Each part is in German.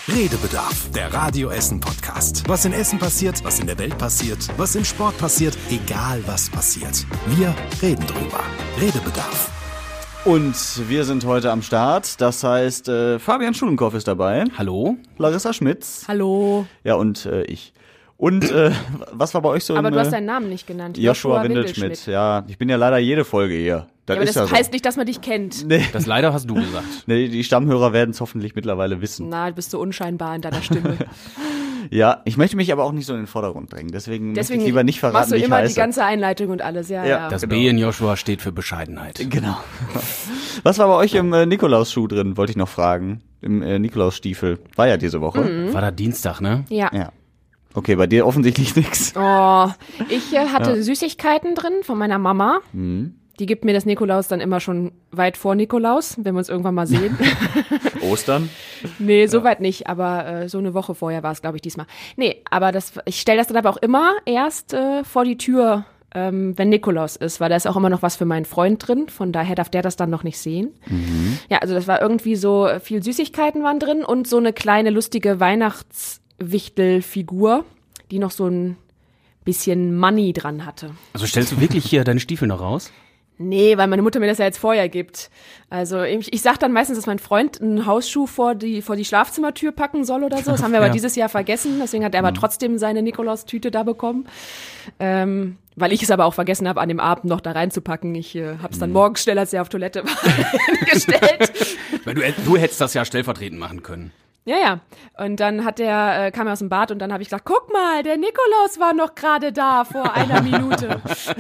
Redebedarf, der Radio Essen Podcast. Was in Essen passiert, was in der Welt passiert, was im Sport passiert, egal was passiert. Wir reden drüber. Redebedarf. Und wir sind heute am Start, das heißt, Fabian Schulenkoff ist dabei. Hallo. Larissa Schmitz. Hallo. Ja, und ich. Und was war bei euch so? Aber du hast deinen Namen nicht genannt. Joshua Windelschmidt. Ja, ich bin ja leider jede Folge hier. Aber das heißt nicht, dass man dich kennt. Nee. Das leider hast du gesagt. Nee, die Stammhörer werden es hoffentlich mittlerweile wissen. Na, du bist so unscheinbar in deiner Stimme. Ja, ich möchte mich aber auch nicht so in den Vordergrund drängen. Deswegen möchte ich lieber nicht verraten, wie ich heiße. Machst du immer die ganze Einleitung und alles, ja. Das B in Joshua steht für Bescheidenheit. Genau. Was war bei euch im Nikolausschuh drin, wollte ich noch fragen. Im Nikolausstiefel. War ja diese Woche. Mhm. War da Dienstag, ne? Ja. Okay, bei dir offensichtlich nichts. Oh, ich hatte Süßigkeiten drin von meiner Mama. Mhm. Die gibt mir das Nikolaus dann immer schon weit vor Nikolaus, wenn wir uns irgendwann mal sehen. Ostern? Nee, soweit nicht, aber so eine Woche vorher war es, glaube ich, diesmal. Nee, aber ich stelle das dann aber auch immer erst vor die Tür, wenn Nikolaus ist, weil da ist auch immer noch was für meinen Freund drin, von daher darf der das dann noch nicht sehen. Mhm. Ja, also das war irgendwie so, viel Süßigkeiten waren drin und so eine kleine lustige Weihnachtswichtelfigur, die noch so ein bisschen Money dran hatte. Also stellst du wirklich hier deine Stiefel noch raus? Nee, weil meine Mutter mir das ja jetzt vorher gibt. Also ich sag dann meistens, dass mein Freund einen Hausschuh vor die Schlafzimmertür packen soll oder so. Das haben wir aber dieses Jahr vergessen. Deswegen hat er aber trotzdem seine Nikolaustüte da bekommen. Weil ich es aber auch vergessen habe, an dem Abend noch da reinzupacken. Ich habe es dann morgens schnell, als er auf Toilette war, gestellt. Weil du hättest das ja stellvertretend machen können. Ja. Und dann kam er aus dem Bad und dann habe ich gesagt, guck mal, der Nikolaus war noch gerade da vor einer Minute.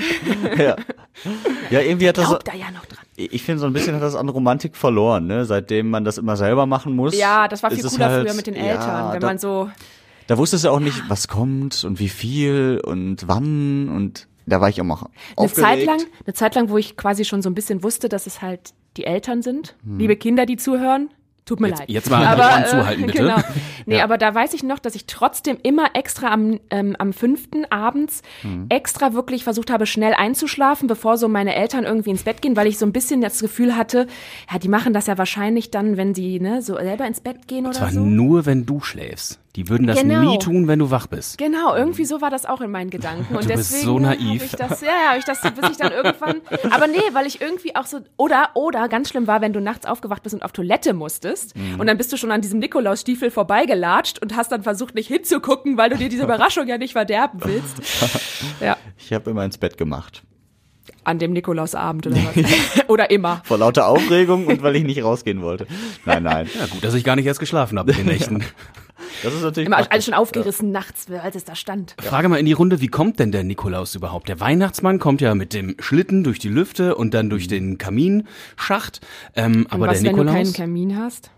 Ja, irgendwie hat das. Glaubt da ja noch dran. Ich finde, so ein bisschen hat das an Romantik verloren, ne? Seitdem man das immer selber machen muss. Ja, das war viel cooler halt, früher mit den Eltern, wenn man so. Da wusstest du auch nicht, was kommt und wie viel und wann und da war ich auch mal aufgeregt. Eine Zeit lang, wo ich quasi schon so ein bisschen wusste, dass es halt die Eltern sind. Liebe Kinder, die zuhören. Tut mir leid. Jetzt mal die Ohren zuhalten, bitte. Genau. Nee, aber da weiß ich noch, dass ich trotzdem immer extra am 5. abends extra wirklich versucht habe, schnell einzuschlafen, bevor so meine Eltern irgendwie ins Bett gehen, weil ich so ein bisschen das Gefühl hatte, ja, die machen das ja wahrscheinlich dann, wenn sie so selber ins Bett gehen oder so. Und zwar nur, wenn du schläfst. Die würden das nie tun, wenn du wach bist. Genau, irgendwie so war das auch in meinen Gedanken. Und du deswegen bist so naiv. Habe ich das bis ich dann irgendwann, aber nee, weil ich irgendwie auch so, oder ganz schlimm war, wenn du nachts aufgewacht bist und auf Toilette musstest und dann bist du schon an diesem Nikolausstiefel vorbeigelatscht und hast dann versucht, nicht hinzugucken, weil du dir diese Überraschung ja nicht verderben willst. Ja. Ich habe immer ins Bett gemacht. An dem Nikolausabend oder was? Oder immer. Vor lauter Aufregung und weil ich nicht rausgehen wollte. Nein. Ja, gut, dass ich gar nicht erst geschlafen habe in den Nächten. Das ist natürlich immer alles schon aufgerissen nachts, als es da stand. Frage mal in die Runde, wie kommt denn der Nikolaus überhaupt? Der Weihnachtsmann kommt ja mit dem Schlitten durch die Lüfte und dann durch den Kaminschacht. Aber was, der Nikolaus, wenn du keinen Kamin hast?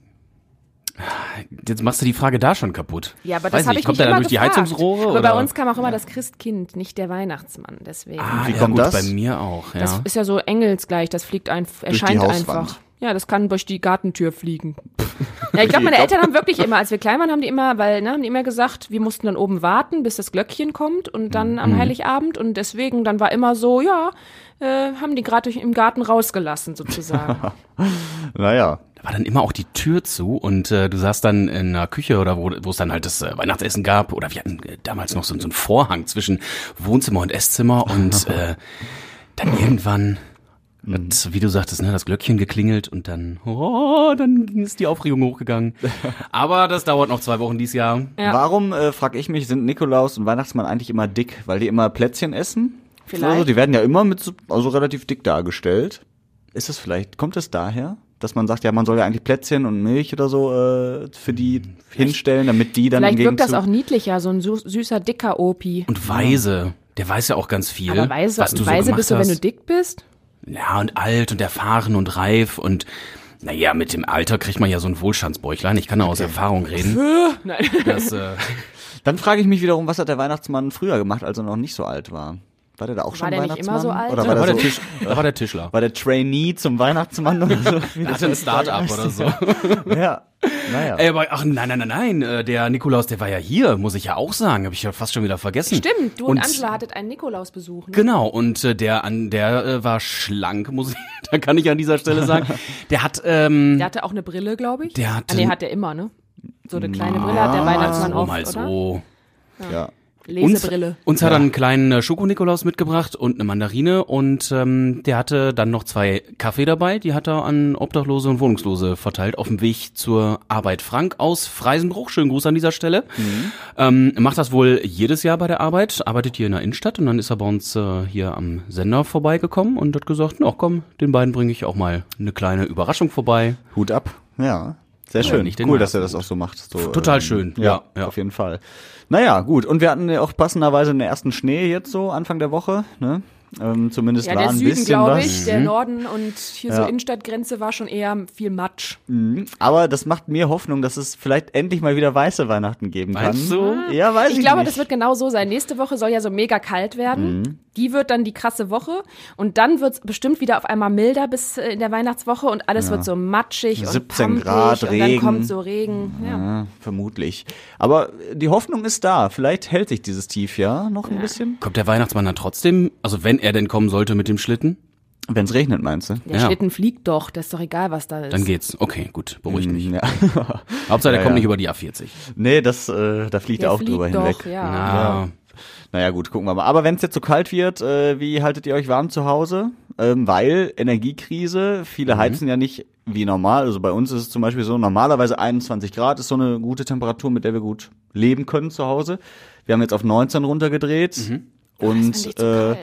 Jetzt machst du die Frage da schon kaputt. Ja, aber das habe ich kommt nicht der dann immer durch die gefragt. Heizungsrohre? Aber oder? bei uns kam auch immer das Christkind, nicht der Weihnachtsmann. Deswegen. Wie kommt gut, das? Bei mir auch, ja. Das ist ja so engelsgleich, das fliegt erscheint einfach. Ja, das kann durch die Gartentür fliegen. Ja, ich glaube, meine Eltern haben wirklich immer, als wir klein waren, haben die immer gesagt, wir mussten dann oben warten, bis das Glöckchen kommt und dann am Heiligabend und deswegen, dann war immer so, haben die gerade im Garten rausgelassen sozusagen. Naja. Da war dann immer auch die Tür zu und du saßt dann in einer Küche oder wo es dann halt das Weihnachtsessen gab oder wir hatten damals noch so einen Vorhang zwischen Wohnzimmer und Esszimmer und dann irgendwann hat, wie du sagtest, ne, das Glöckchen geklingelt und dann ist die Aufregung hochgegangen. Aber das dauert noch 2 Wochen dieses Jahr. Ja. Warum, frag ich mich, sind Nikolaus und Weihnachtsmann eigentlich immer dick? Weil die immer Plätzchen essen? Vielleicht. Also, die werden ja immer also relativ dick dargestellt. Kommt es daher, dass man sagt, ja, man soll ja eigentlich Plätzchen und Milch oder so für die hinstellen, damit die dann Vielleicht im wirkt das Gegenzug... auch niedlicher, so ein süßer, dicker Opi. Und weise, der weiß ja auch ganz viel. Aber weise was du so gemacht bist du, wenn hast. du dick bist? Ja, und alt und erfahren und reif und naja, mit dem Alter kriegt man ja so ein Wohlstandsbäuchlein. Ich kann da aus Erfahrung reden. Nein. Dann frage ich mich wiederum, was hat der Weihnachtsmann früher gemacht, als er noch nicht so alt war? War der da auch schon der nicht Weihnachtsmann? immer so alt? Oder Da war war der Tischler. War der Trainee zum Weihnachtsmann oder so? Hatte ein Start-up oder so. Ja, naja. Aber nein, der Nikolaus, der war ja hier, muss ich ja auch sagen, habe ich ja fast schon wieder vergessen. Stimmt, du und Angela hattet einen Nikolausbesuch. Ne? Genau, und der war schlank, da kann ich an dieser Stelle sagen. Der Der hatte auch eine Brille, glaube ich. Der hatte, nee, hat er immer, ne? So eine kleine Brille hat der Weihnachtsmann so, oft, mal oder? so. Ja. Lesebrille. Uns hat er einen kleinen Schoko-Nikolaus mitgebracht und eine Mandarine und der hatte dann noch 2 Kaffee dabei, die hat er an Obdachlose und Wohnungslose verteilt auf dem Weg zur Arbeit. Frank aus Freisenbruch, schönen Gruß an dieser Stelle, macht das wohl jedes Jahr bei der Arbeit, arbeitet hier in der Innenstadt und dann ist er bei uns hier am Sender vorbeigekommen und hat gesagt, ach komm, den beiden bringe ich auch mal eine kleine Überraschung vorbei. Hut ab. Ja. Sehr schön. nicht den Cool, dass er Weihnachtsmann. das auch so macht. So, Total schön. Ja. Auf jeden Fall. Naja, gut. Und wir hatten ja auch passenderweise den ersten Schnee jetzt so Anfang der Woche, ne? Zumindest Ja, war der ein Süden, bisschen glaube was. ich, der Norden und hier so Ja. Innenstadtgrenze war schon eher viel Matsch. Aber das macht mir Hoffnung, dass es vielleicht endlich mal wieder weiße Weihnachten geben kann. Meinst du? Ja, weiß ich Ich glaube, nicht. das wird genau so sein. Nächste Woche soll ja so mega kalt werden. Die wird dann die krasse Woche. Und dann wird es bestimmt wieder auf einmal milder bis in der Weihnachtswoche und alles wird so matschig und 17 pampig Grad, und Regen. dann kommt so Regen. Ja. Ja, vermutlich. Aber die Hoffnung ist da. Vielleicht hält sich dieses Tiefjahr noch ein bisschen. Kommt der Weihnachtsmann dann trotzdem, also wenn er denn kommen sollte mit dem Schlitten, Wenn es regnet, meinst du? Der Ja. Schlitten fliegt doch, das ist doch egal, was da ist. dann geht's. Okay, gut, beruhigt mich. Ja. Hauptsache, der Ja, kommt ja. nicht über die A40. Nee, da fliegt er Der auch fliegt drüber doch, hinweg. ja. Na, Naja, gut, gucken wir mal. Aber wenn es jetzt so kalt wird, wie haltet ihr euch warm zu Hause? Weil Energiekrise, viele heizen ja nicht wie normal. Also bei uns ist es zum Beispiel so, normalerweise 21 Grad ist so eine gute Temperatur, mit der wir gut leben können zu Hause. Wir haben jetzt auf 19 runtergedreht. Und ist mir nicht zu kalt.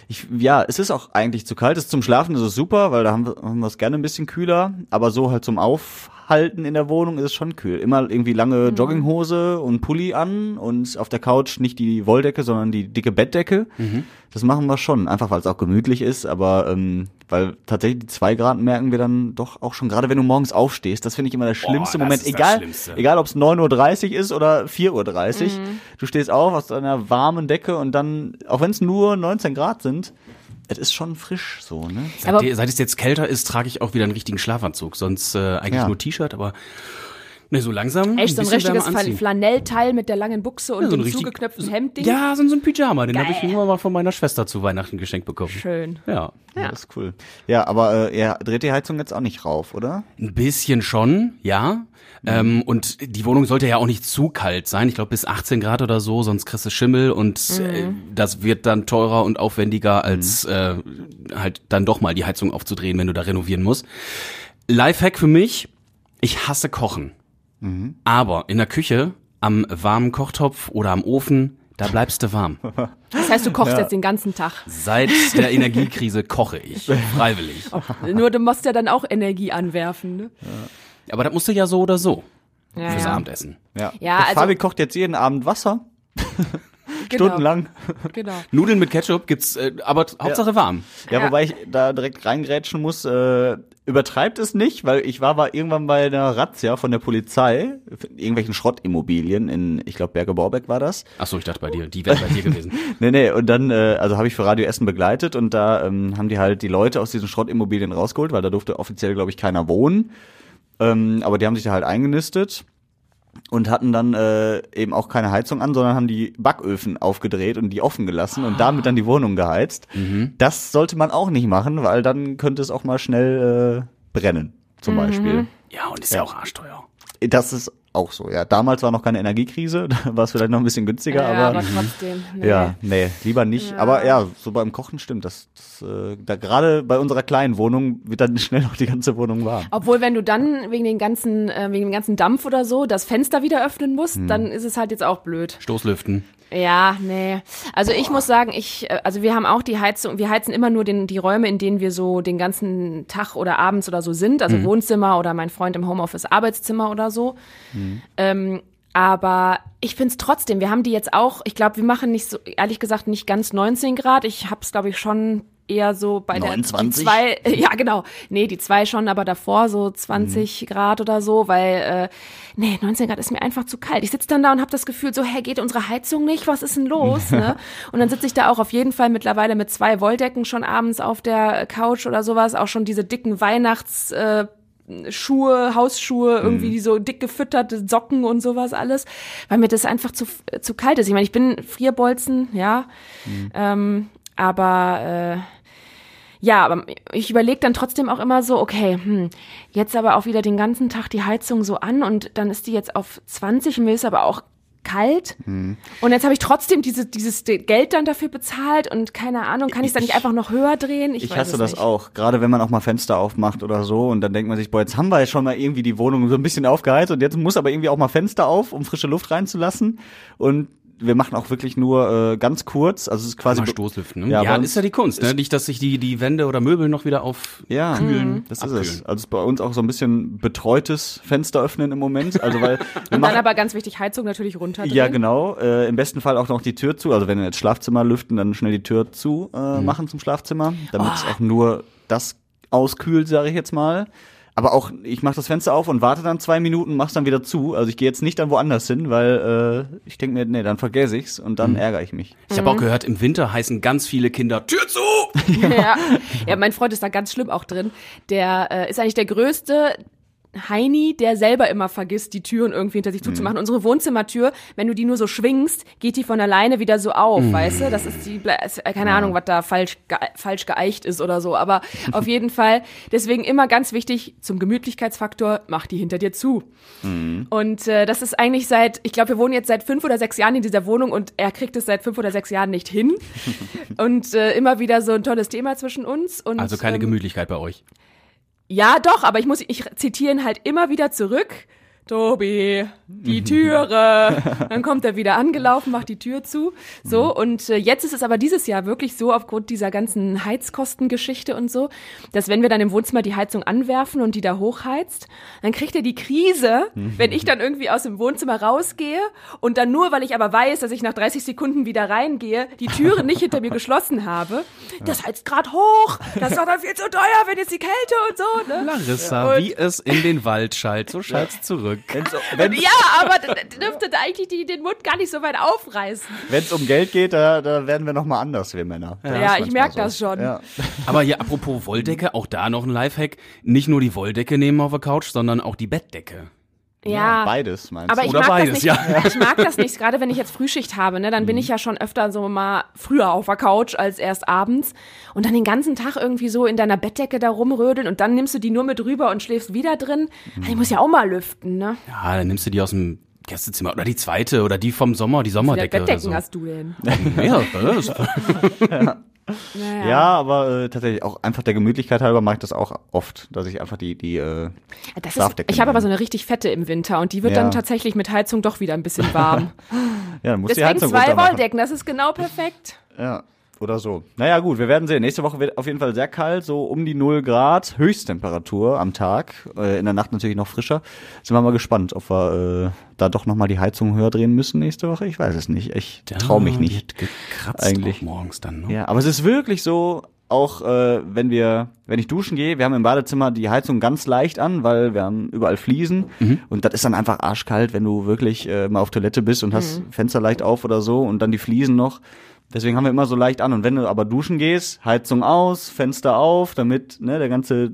es ist auch eigentlich zu kalt. Zum Schlafen ist es super, weil da haben wir es gerne ein bisschen kühler. Aber so halt zum Aufhalten in der Wohnung ist es schon kühl. Immer irgendwie lange Jogginghose und Pulli an und auf der Couch nicht die Wolldecke, sondern die dicke Bettdecke. Das machen wir schon, einfach weil es auch gemütlich ist. Aber weil tatsächlich die 2 Grad merken wir dann doch auch schon, gerade wenn du morgens aufstehst. Das finde ich immer der schlimmste das Moment. ist das Egal, Schlimmste. egal ob es 9:30 Uhr ist oder 4:30 Uhr. Du stehst auf aus deiner warmen Decke und dann, auch wenn es nur 19 Grad sind, es ist schon frisch so, ne? Aber- seit es jetzt kälter ist, trage ich auch wieder einen richtigen Schlafanzug. Sonst eigentlich Ja. nur T-Shirt, aber ne, so langsam. Echt so ein bisschen richtiges wärmer anziehen. Flanellteil mit der langen Buchse und Ja, so ein dem richtig- zugeknöpften Hemdding. Ja, so ein Pyjama, den habe ich Geil. nur mal von meiner Schwester zu Weihnachten geschenkt bekommen. Schön. Ja. Ja, das ist cool. Ja, aber ihr dreht die Heizung jetzt auch nicht rauf, oder? Ein bisschen schon, ja. Und die Wohnung sollte ja auch nicht zu kalt sein. Ich glaube bis 18 Grad oder so, sonst kriegst du Schimmel und das wird dann teurer und aufwendiger, als halt dann doch mal die Heizung aufzudrehen, wenn du da renovieren musst. Lifehack für mich, ich hasse Kochen. Aber in der Küche, am warmen Kochtopf oder am Ofen, da bleibst du warm. Das heißt, du kochst jetzt den ganzen Tag. Seit der Energiekrise koche ich, freiwillig. Nur du musst ja dann auch Energie anwerfen. Ne? Aber das musst du ja so oder so Ja, fürs ja. Abendessen. Ja. Ja, Der also- Fabi kocht jetzt jeden Abend Wasser. Genau. Stundenlang. Genau. Nudeln mit Ketchup gibt's, aber Hauptsache warm. Ja, Ja. wobei ich da direkt reingrätschen muss, übertreibt es nicht, weil ich war irgendwann bei einer Razzia von der Polizei, in irgendwelchen Schrottimmobilien in, ich glaube, Berge-Borbeck war das. Ach so, ich dachte bei dir, die wäre bei dir gewesen. Nee, und dann, also habe ich für Radio Essen begleitet und da haben die halt die Leute aus diesen Schrottimmobilien rausgeholt, weil da durfte offiziell, glaube ich, keiner wohnen. Aber die haben sich da halt eingenistet und hatten dann eben auch keine Heizung an, sondern haben die Backöfen aufgedreht und die offen gelassen und damit dann die Wohnung geheizt. Das sollte man auch nicht machen, weil dann könnte es auch mal schnell brennen, zum Beispiel. Ja, und ist ja auch arschteuer. Das ist auch so, ja. Damals war noch keine Energiekrise, da war es vielleicht noch ein bisschen günstiger, Ja, aber aber trotzdem. Nee. ja, nee, lieber nicht. Ja. Aber ja, so beim Kochen stimmt das da gerade bei unserer kleinen Wohnung wird dann schnell noch die ganze Wohnung warm. Obwohl, wenn du dann wegen dem ganzen Dampf oder so das Fenster wieder öffnen musst, dann ist es halt jetzt auch blöd. Stoßlüften. Ja, nee. Also ich muss sagen, also wir haben auch die Heizung, wir heizen immer nur die Räume, in denen wir so den ganzen Tag oder abends oder so sind, also Wohnzimmer oder mein Freund im Homeoffice Arbeitszimmer oder so. Aber ich find's trotzdem, wir haben die jetzt auch, ich glaube, wir machen nicht so, ehrlich gesagt, nicht ganz 19 Grad. Ich hab's, glaube ich, schon eher so bei 29? der 2, ja genau, nee, die 2 schon, aber davor so 20 Grad oder so, weil, 19 Grad ist mir einfach zu kalt. Ich sitze dann da und habe das Gefühl so, geht unsere Heizung nicht? Was ist denn los? Ne? Und dann sitze ich da auch auf jeden Fall mittlerweile mit 2 Wolldecken schon abends auf der Couch oder sowas, auch schon diese dicken Schuhe, Hausschuhe, irgendwie die so dick gefütterte Socken und sowas alles, weil mir das einfach zu kalt ist. Ich meine, ich bin Frierbolzen, ja, aber Ja, aber ich überlege dann trotzdem auch immer so, okay, jetzt aber auch wieder den ganzen Tag die Heizung so an und dann ist die jetzt auf 20 und mir ist aber auch kalt. Und jetzt habe ich trotzdem dieses Geld dann dafür bezahlt und keine Ahnung, kann ich es dann nicht einfach noch höher drehen? Ich hasse das auch, gerade wenn man auch mal Fenster aufmacht oder so und dann denkt man sich, boah, jetzt haben wir ja schon mal irgendwie die Wohnung so ein bisschen aufgeheizt und jetzt muss aber irgendwie auch mal Fenster auf, um frische Luft reinzulassen und wir machen auch wirklich nur ganz kurz, also es ist quasi mal Stoßlüften, ne? Ja, ist ja die Kunst, ne? Nicht, dass sich die Wände oder Möbel noch wieder aufkühlen. Das ist es. Also ist bei uns auch so ein bisschen betreutes Fenster öffnen im Moment, also weil und dann aber ganz wichtig, Heizung natürlich runterdrehen. Ja, genau, im besten Fall auch noch die Tür zu, also wenn wir jetzt Schlafzimmer lüften, dann schnell die Tür zu machen zum Schlafzimmer, damit es auch nur das auskühlt, sage ich jetzt mal. Aber auch, ich mache das Fenster auf und warte dann 2 Minuten, mach's dann wieder zu. Also ich gehe jetzt nicht dann woanders hin, weil ich denke mir, nee, dann vergesse ich's und dann ärgere ich mich. Ich habe auch gehört, im Winter heißen ganz viele Kinder Tür zu! Ja, mein Freund ist da ganz schlimm auch drin. Der ist eigentlich der größte Heini, der selber immer vergisst, die Türen irgendwie hinter sich zuzumachen. Unsere Wohnzimmertür, wenn du die nur so schwingst, geht die von alleine wieder so auf, weißt du? Das ist keine Ahnung, was da falsch geeicht ist oder so. Aber auf jeden Fall, deswegen immer ganz wichtig, zum Gemütlichkeitsfaktor, mach die hinter dir zu. Und das ist eigentlich ich glaube, wir wohnen jetzt seit 5 oder 6 Jahren in dieser Wohnung und er kriegt es seit 5 oder 6 Jahren nicht hin. Und immer wieder so ein tolles Thema zwischen uns. Und, also keine Gemütlichkeit bei euch. Ja, doch, aber ich zitiere ihn halt immer wieder zurück. Tobi, die Türe. Dann kommt er wieder angelaufen, macht die Tür zu. So, und jetzt ist es aber dieses Jahr wirklich so, aufgrund dieser ganzen Heizkostengeschichte und so, dass wenn wir dann im Wohnzimmer die Heizung anwerfen und die da hochheizt, dann kriegt er die Krise, wenn ich dann irgendwie aus dem Wohnzimmer rausgehe und dann nur, weil ich aber weiß, dass ich nach 30 Sekunden wieder reingehe, die Türe nicht hinter mir geschlossen habe. Das heizt gerade hoch, das ist doch dann viel zu teuer, wenn jetzt die Kälte und so. Ne? Larissa, wie es in den Wald schallt, so schallt's zurück. Ja, aber dürfte da eigentlich den Mund gar nicht so weit aufreißen. Wenn es um Geld geht, da werden wir noch mal anders, wir Männer. Ja, ich merke das schon. Ja. Aber hier, apropos Wolldecke, auch da noch ein Lifehack. Nicht nur die Wolldecke nehmen auf der Couch, sondern auch die Bettdecke. Ja, beides meinst aber du? ich Oder mag beides, das nicht. ja. Ich mag das nicht, gerade wenn ich jetzt Frühschicht habe, ne, dann bin ich ja schon öfter so mal früher auf der Couch als erst abends und dann den ganzen Tag irgendwie so in deiner Bettdecke da rumrödeln und dann nimmst du die nur mit rüber und schläfst wieder drin. Also ich muss ja auch mal lüften, ne? Ja, dann nimmst du die aus dem Gästezimmer oder die zweite oder die vom Sommer, die Sommerdecke oder Bettdecken so. hast du denn? Ja, Naja. Ja, aber tatsächlich auch einfach der Gemütlichkeit halber mache ich das auch oft, dass ich einfach die Schlafdecke ich habe aber so eine richtig fette im Winter und die wird dann tatsächlich mit Heizung doch wieder ein bisschen warm. Ja, dann muss die Deswegen Heizung 2 runter machen. Wolldecken, das ist genau perfekt. Ja, oder so. Naja, gut, wir werden sehen. Nächste Woche wird auf jeden Fall sehr kalt, so um die 0 Grad Höchsttemperatur am Tag. In der Nacht natürlich noch frischer. Sind wir mal gespannt, ob wir da doch nochmal die Heizung höher drehen müssen nächste Woche. Ich weiß es nicht. Ich traue mich nicht. Gekratzt eigentlich. Morgens dann, ne? Ja, aber es ist wirklich so, auch wenn ich duschen gehe, wir haben im Badezimmer die Heizung ganz leicht an, weil wir haben überall Fliesen und das ist dann einfach arschkalt, wenn du wirklich mal auf Toilette bist und hast Fenster leicht auf oder so und dann die Fliesen noch. Deswegen haben wir immer so leicht an. Und wenn du aber duschen gehst, Heizung aus, Fenster auf, damit der ganze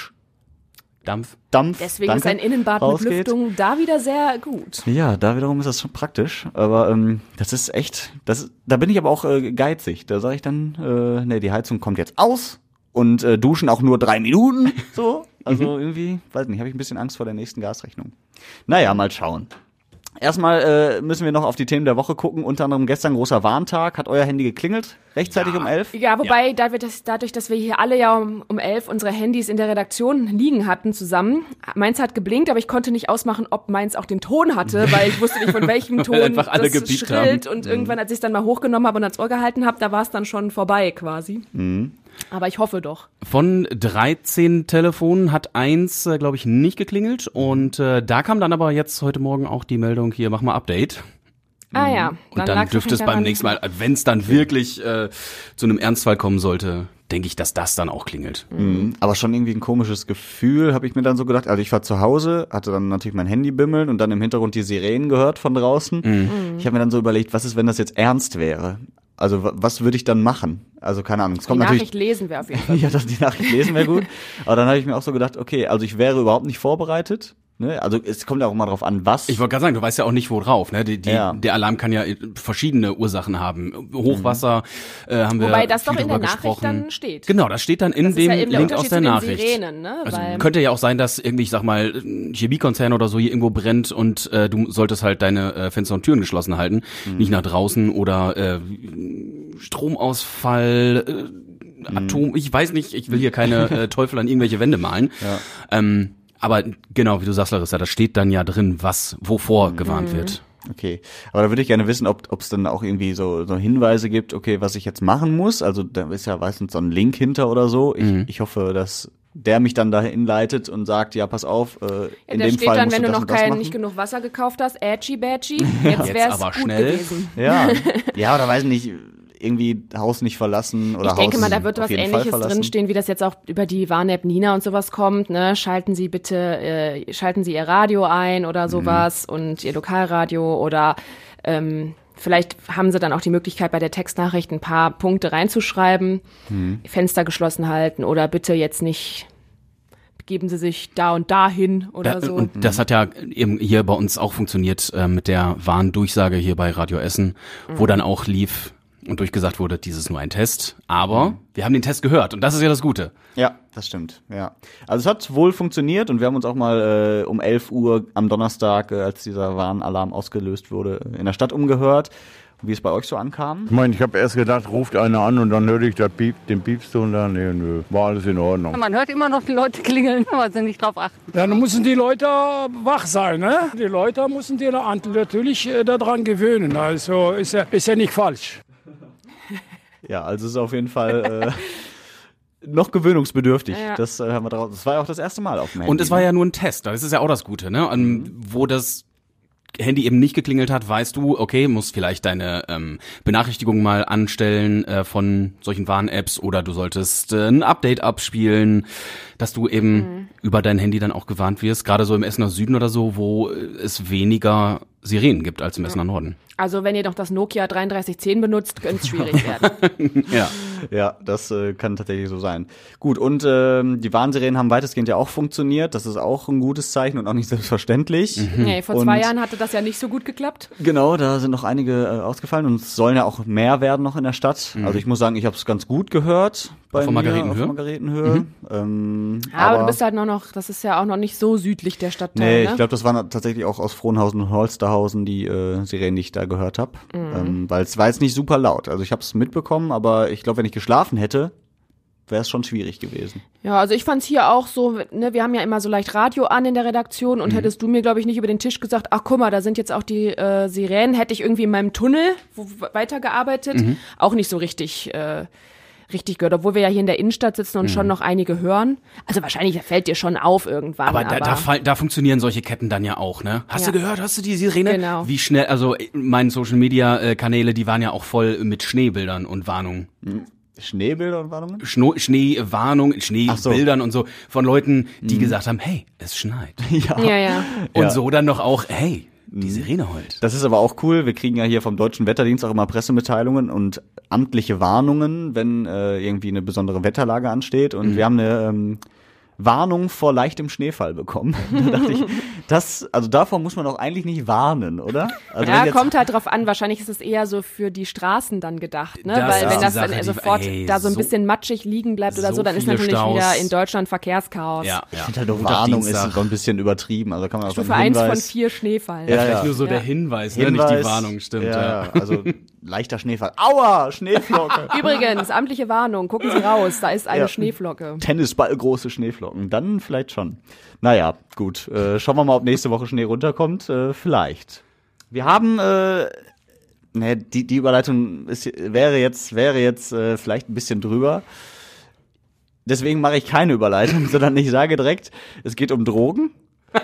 Dampf. Deswegen ist ein Innenbad rausgeht. mit Lüftung da wieder sehr gut. Ja, da wiederum ist das schon praktisch. Aber das ist echt, da bin ich aber auch geizig. Da sage ich dann, die Heizung kommt jetzt aus und duschen auch nur 3 Minuten. So, also irgendwie, weiß nicht, habe ich ein bisschen Angst vor der nächsten Gasrechnung. Naja, mal schauen. Erstmal müssen wir noch auf die Themen der Woche gucken. Unter anderem gestern großer Warntag. Hat euer Handy geklingelt? Rechtzeitig um 11? Ja, wobei dadurch, dass wir hier alle ja um 11 unsere Handys in der Redaktion liegen hatten zusammen, meins hat geblinkt, aber ich konnte nicht ausmachen, ob meins auch den Ton hatte, weil ich wusste nicht, von welchem Ton einfach alle das gebiebt schrillt. haben. Und irgendwann, als ich es dann mal hochgenommen habe und ans Ohr gehalten habe, da war es dann schon vorbei quasi. Aber ich hoffe doch. Von 13 Telefonen hat eins, glaube ich, nicht geklingelt. Und da kam dann aber jetzt heute Morgen auch die Meldung, hier, mach mal Update. Ah ja. Und dann dürfte es beim nächsten Mal, wenn es dann wirklich zu einem Ernstfall kommen sollte, denke ich, dass das dann auch klingelt. Aber schon irgendwie ein komisches Gefühl, habe ich mir dann so gedacht. Also ich war zu Hause, hatte dann natürlich mein Handy bimmeln und dann im Hintergrund die Sirenen gehört von draußen. Ich habe mir dann so überlegt, was ist, wenn das jetzt ernst wäre? Also was würde ich dann machen? Also keine Ahnung. Es kommt die Nachricht natürlich, lesen wir auf jeden Fall. Ja, die Nachricht lesen wäre gut. Aber dann habe ich mir auch so gedacht, okay, also ich wäre überhaupt nicht vorbereitet. Ne? Also es kommt ja auch immer drauf an, was. Ich wollte gerade sagen, du weißt ja auch nicht, wo drauf. Ne? Ja. Der Alarm kann ja verschiedene Ursachen haben. Hochwasser haben wir Wobei das viel doch in der drüber Nachricht gesprochen. dann steht. Genau, das steht dann in Das ist dem ja eben der Link aus Unterschied der zu den Nachricht. Sirenen, ne? Also Weil könnte ja auch sein, dass irgendwie, ich sag mal, ein Chemiekonzern oder so hier irgendwo brennt und du solltest halt deine Fenster und Türen geschlossen halten, nicht nach draußen oder Stromausfall, Atom, ich weiß nicht, ich will hier keine Teufel an irgendwelche Wände malen. Ja. Aber genau, wie du sagst, Larissa, da steht dann ja drin, wovor gewarnt wird. Okay, aber da würde ich gerne wissen, ob es dann auch irgendwie so Hinweise gibt, okay, was ich jetzt machen muss. Also da ist ja meistens so ein Link hinter oder so. Ich hoffe, dass der mich dann dahin leitet und sagt, ja, pass auf, in dem steht Fall dann, musst wenn du du das noch und das machen. nicht genug Wasser gekauft hast, Badgy, jetzt wär's aber gut schnell. gewesen. Ja, oder weiß nicht, irgendwie Haus nicht verlassen oder Ich denke Haus mal, da wird auf was jeden Fall Ähnliches verlassen. drinstehen, wie das jetzt auch über die Warn-App Nina und sowas kommt. Ne? Schalten Sie Ihr Radio ein oder sowas und Ihr Lokalradio oder vielleicht haben Sie dann auch die Möglichkeit, bei der Textnachricht ein paar Punkte reinzuschreiben, Fenster geschlossen halten oder bitte jetzt nicht, begeben Sie sich da und dahin oder so. Und das hat ja eben hier bei uns auch funktioniert mit der Warndurchsage hier bei Radio Essen, wo dann auch lief und durchgesagt wurde, dies ist nur ein Test, aber wir haben den Test gehört und das ist ja das Gute. Ja, das stimmt, ja. Also es hat wohl funktioniert und wir haben uns auch mal um 11 Uhr am Donnerstag, als dieser Warnalarm ausgelöst wurde, in der Stadt umgehört, wie es bei euch so ankam. Ich meine, ich habe erst gedacht, ruft einer an und dann hörte ich das den Piepston da. Nee, nö, war alles in Ordnung. Man hört immer noch die Leute klingeln, aber sie nicht drauf achten. Ja, dann müssen die Leute wach sein, ne? Die Leute müssen die natürlich daran gewöhnen. Also ist ja nicht falsch. Ja, also es ist auf jeden Fall noch gewöhnungsbedürftig. Ja. Das haben wir draus. Das war ja auch das erste Mal auf dem Handy. Und es war ja nur ein Test, das ist ja auch das Gute, ne? Wo das Handy eben nicht geklingelt hat, weißt du, okay, musst vielleicht deine Benachrichtigungen mal anstellen von solchen Warn-Apps oder du solltest ein Update abspielen, dass du eben über dein Handy dann auch gewarnt wirst, gerade so im Essener Süden oder so, wo es weniger Sirenen gibt als im Essener Norden. Also wenn ihr noch das Nokia 3310 benutzt, könnte es schwierig werden. Ja. Ja, das kann tatsächlich so sein. Gut, und die Warnsirenen haben weitestgehend ja auch funktioniert. Das ist auch ein gutes Zeichen und auch nicht selbstverständlich. Nee, vor Und 2 Jahren hatte das ja nicht so gut geklappt. Genau, da sind noch einige ausgefallen und es sollen ja auch mehr werden noch in der Stadt. Also ich muss sagen, ich habe es ganz gut gehört bei Auf der mir Margaretenhöhe? auf Margaretenhöhe. Aber du bist halt noch, das ist ja auch noch nicht so südlich der Stadtteil, Nee, ne? ich glaube, das waren tatsächlich auch aus Frohnhausen und Holsterhausen die Sirenen, die ich da gehört habe. Weil es war jetzt nicht super laut. Also ich habe es mitbekommen, aber ich glaube, wenn ich geschlafen hätte, wäre es schon schwierig gewesen. Ja, also ich fand's hier auch so, ne, wir haben ja immer so leicht Radio an in der Redaktion und hättest du mir, glaube ich, nicht über den Tisch gesagt, ach guck mal, da sind jetzt auch die Sirenen, hätte ich irgendwie in meinem Tunnel weitergearbeitet, auch nicht so richtig gehört, obwohl wir ja hier in der Innenstadt sitzen und schon noch einige hören. Also wahrscheinlich fällt dir schon auf irgendwann. Aber da funktionieren solche Ketten dann ja auch, ne? Hast du gehört, hast du die Sirene? Genau. Wie schnell, also meine Social-Media-Kanäle, die waren ja auch voll mit Schneebildern und Warnungen. Schneebilder und Warnungen? Schneewarnungen, Schneebildern und so von Leuten, die gesagt haben, hey, es schneit. Ja. Und so dann noch auch, hey, die Sirene heult. Das ist aber auch cool. Wir kriegen ja hier vom Deutschen Wetterdienst auch immer Pressemitteilungen und amtliche Warnungen, wenn irgendwie eine besondere Wetterlage ansteht. Und wir haben eine Warnung vor leichtem Schneefall bekommen. Da dachte ich, also davor muss man doch eigentlich nicht warnen, oder? Also Ja, wenn jetzt, kommt halt drauf an. Wahrscheinlich ist es eher so für die Straßen dann gedacht, ne? Das Weil ist wenn die das Sache, dann die- sofort ey, da so ein so- bisschen matschig liegen bleibt oder so so, dann ist viele natürlich Staus. wieder in Deutschland Verkehrschaos. Ja. ich finde halt doch, Montag, Warnung Dienstag. ist so ein bisschen übertrieben. Also kann man auch so Stufe einen 1 von Hinweis, 4 Schneefall. Ja, Vielleicht ja. nur so der Hinweis, ne? Nicht die Warnung, stimmt. Ja. Also leichter Schneefall. Aua, Schneeflocke. Übrigens, amtliche Warnung, gucken Sie raus, da ist eine Ja. Schneeflocke. Tennisballgroße Schneeflocken. Dann vielleicht schon. Naja, gut. Schauen wir mal, ob nächste Woche Schnee runterkommt. Vielleicht. Wir haben, die Überleitung wäre jetzt vielleicht ein bisschen drüber. Deswegen mache ich keine Überleitung, sondern ich sage direkt, es geht um Drogen.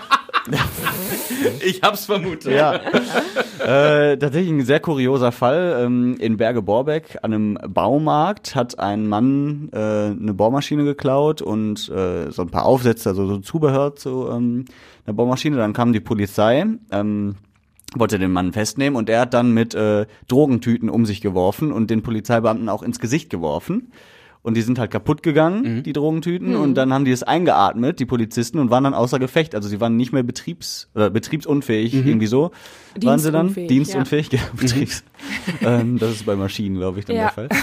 Ich hab's vermutet. Ja. Tatsächlich ein sehr kurioser Fall. In Berge-Borbeck an einem Baumarkt hat ein Mann eine Bohrmaschine geklaut und so ein paar Aufsätze, also so Zubehör zu einer Bohrmaschine. Dann kam die Polizei, wollte den Mann festnehmen und er hat dann mit Drogentüten um sich geworfen und den Polizeibeamten auch ins Gesicht geworfen. Und die sind halt kaputt gegangen, die Drogentüten. Und dann haben die es eingeatmet, die Polizisten, und waren dann außer Gefecht. Also sie waren nicht mehr betriebsunfähig, irgendwie so. Waren sie dann? Dienstunfähig, ja. Betriebs. Das ist bei Maschinen, glaube ich, dann der Fall.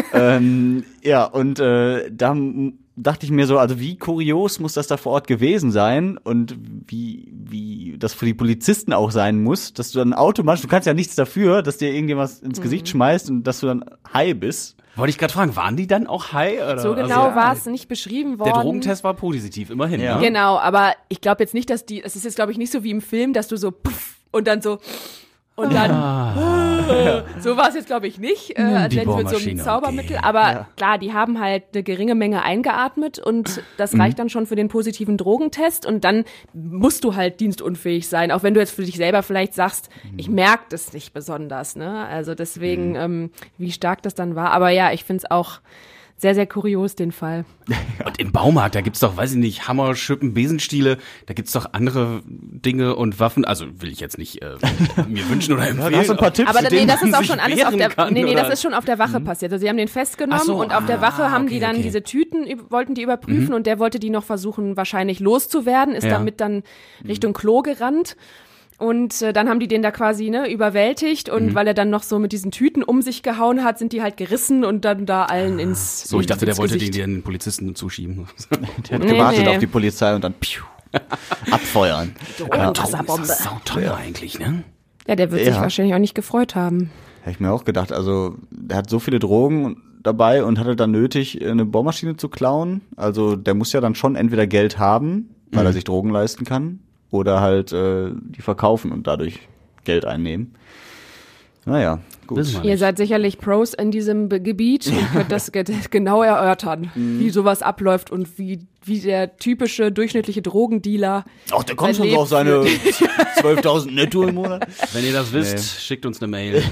Da dachte ich mir so, also wie kurios muss das da vor Ort gewesen sein und wie das für die Polizisten auch sein muss, dass du dann automatisch, du kannst ja nichts dafür, dass dir irgendjemand ins Gesicht schmeißt und dass du dann high bist. Wollte ich gerade fragen, waren die dann auch high? Oder? So genau war es nicht beschrieben worden. Der Drogentest war positiv, immerhin. Ja. Ne? Genau, aber ich glaube jetzt nicht, es ist jetzt glaube ich nicht so wie im Film, dass du so puff und dann so und dann so war es jetzt glaube ich nicht, als wenn mit so einem Zaubermittel, aber klar, die haben halt eine geringe Menge eingeatmet und das reicht dann schon für den positiven Drogentest und dann musst du halt dienstunfähig sein, auch wenn du jetzt für dich selber vielleicht sagst, ich merke das nicht besonders, ne? Also deswegen, wie stark das dann war, aber ja, ich finde es auch sehr, sehr kurios, den Fall. Und im Baumarkt, da gibt's doch, weiß ich nicht, Hammer, Schippen, Besenstiele, da gibt's doch andere Dinge und Waffen, also will ich jetzt nicht mir wünschen oder empfehlen. Hast du ein paar Tipps, aber nee, das ist auch schon alles auf der das ist schon auf der Wache passiert. Also sie haben den festgenommen und auf der Wache haben die dann diese Tüten, wollten die überprüfen und der wollte die noch versuchen, wahrscheinlich loszuwerden, ist damit dann Richtung Klo gerannt. Und dann haben die den da quasi überwältigt und weil er dann noch so mit diesen Tüten um sich gehauen hat, sind die halt gerissen und dann da allen ins So, ich dachte, der wollte Gesicht. den Polizisten zuschieben. Der hat gewartet auf die Polizei und dann abfeuern. Wasserbombe. Das ist sauteuer eigentlich, ne? Ja, der wird sich wahrscheinlich auch nicht gefreut haben. Hätte ich mir auch gedacht, also der hat so viele Drogen dabei und hatte dann nötig, eine Bohrmaschine zu klauen. Also der muss ja dann schon entweder Geld haben, weil er sich Drogen leisten kann, oder halt die verkaufen und dadurch Geld einnehmen. Naja, gut. Ihr seid sicherlich Pros in diesem Gebiet und könnt das genau erörtern, wie sowas abläuft und wie der typische durchschnittliche Drogendealer. Ach, der kommt schon so auf seine 12.000 netto im Monat. Wenn ihr das wisst, schickt uns eine Mail.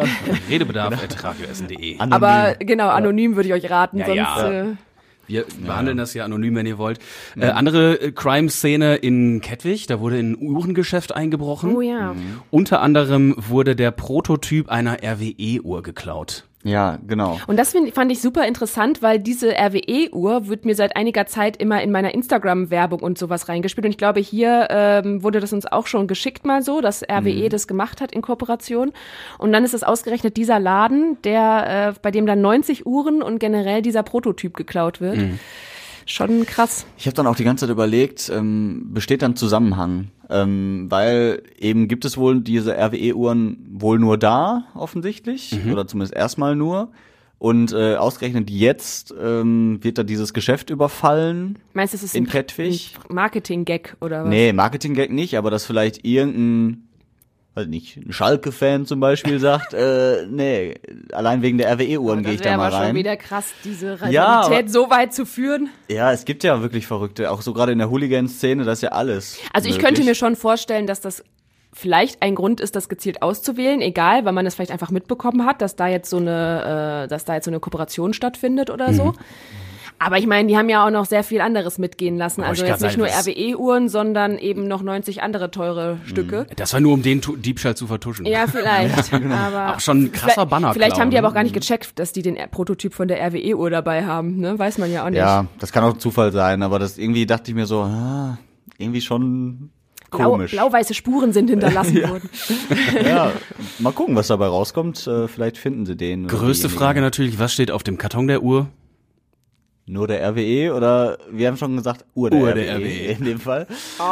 Redebedarf@radioessen.de. Aber genau, anonym würde ich euch raten, sonst... Wir behandeln das ja anonym, wenn ihr wollt. Andere Crime-Szene in Kettwig, da wurde in ein Uhrengeschäft eingebrochen. Oh ja. Unter anderem wurde der Prototyp einer RWE-Uhr geklaut. Ja, genau. Und das fand ich super interessant, weil diese RWE-Uhr wird mir seit einiger Zeit immer in meiner Instagram-Werbung und sowas reingespielt. Und ich glaube, hier wurde das uns auch schon geschickt mal so, dass RWE das gemacht hat in Kooperation. Und dann ist es ausgerechnet dieser Laden, der bei dem dann 90 Uhren und generell dieser Prototyp geklaut wird. Schon krass. Ich habe dann auch die ganze Zeit überlegt, besteht dann Zusammenhang? Weil eben gibt es wohl diese RWE-Uhren wohl nur da, offensichtlich, oder zumindest erstmal nur. Und ausgerechnet jetzt wird da dieses Geschäft überfallen. Meinst du, das ist in Kettwig? Ein Marketing-Gag oder was? Nee, Marketing-Gag nicht, aber dass vielleicht irgendein, weiß nicht, ein Schalke-Fan zum Beispiel sagt, nee, allein wegen der RWE-Uhren gehe ich da mal rein. Das wäre aber schon wieder krass, diese Realität so weit zu führen. Ja, es gibt ja wirklich Verrückte, auch so gerade in der Hooligan-Szene, das ist ja alles Also ich könnte mir schon vorstellen, dass das vielleicht ein Grund ist, das gezielt auszuwählen, egal, weil man es vielleicht einfach mitbekommen hat, dass da jetzt so eine Kooperation stattfindet oder so. Aber ich meine, die haben ja auch noch sehr viel anderes mitgehen lassen. Also jetzt nicht nur RWE-Uhren, sondern eben noch 90 andere teure Stücke. Das war nur, um den Diebstahl zu vertuschen. Ja, vielleicht. Aber auch schon ein krasser Banner. Vielleicht haben die aber auch gar nicht gecheckt, dass die den Prototyp von der RWE-Uhr dabei haben. Ne? Weiß man ja auch nicht. Ja, das kann auch Zufall sein, aber das irgendwie dachte ich mir so, irgendwie schon komisch. Blau-weiße Spuren sind hinterlassen worden. Ja, mal gucken, was dabei rauskommt. Vielleicht finden sie den. Größte Frage natürlich, was steht auf dem Karton der Uhr? Nur der RWE oder wir haben schon gesagt, Uhr der RWE in dem Fall.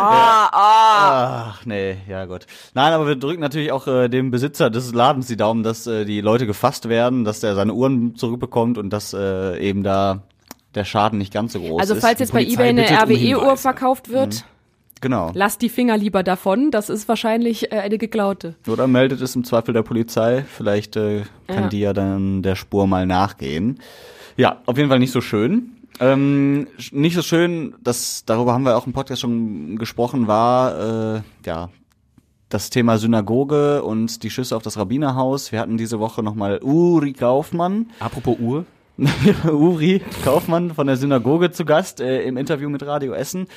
Ach, nee, ja gut. Nein, aber wir drücken natürlich auch dem Besitzer des Ladens die Daumen, dass die Leute gefasst werden, dass er seine Uhren zurückbekommt und dass eben da der Schaden nicht ganz so groß ist. Also falls jetzt bei eBay eine RWE-Uhr verkauft wird, genau. Lasst die Finger lieber davon, das ist wahrscheinlich eine geklaute. Oder meldet es im Zweifel der Polizei, vielleicht kann die ja dann der Spur mal nachgehen. Ja, auf jeden Fall nicht so schön. Nicht so schön, darüber haben wir auch im Podcast schon gesprochen, war das Thema Synagoge und die Schüsse auf das Rabbinerhaus. Wir hatten diese Woche nochmal Uri Kaufmann. Apropos Uhr. Uri Kaufmann von der Synagoge zu Gast im Interview mit Radio Essen.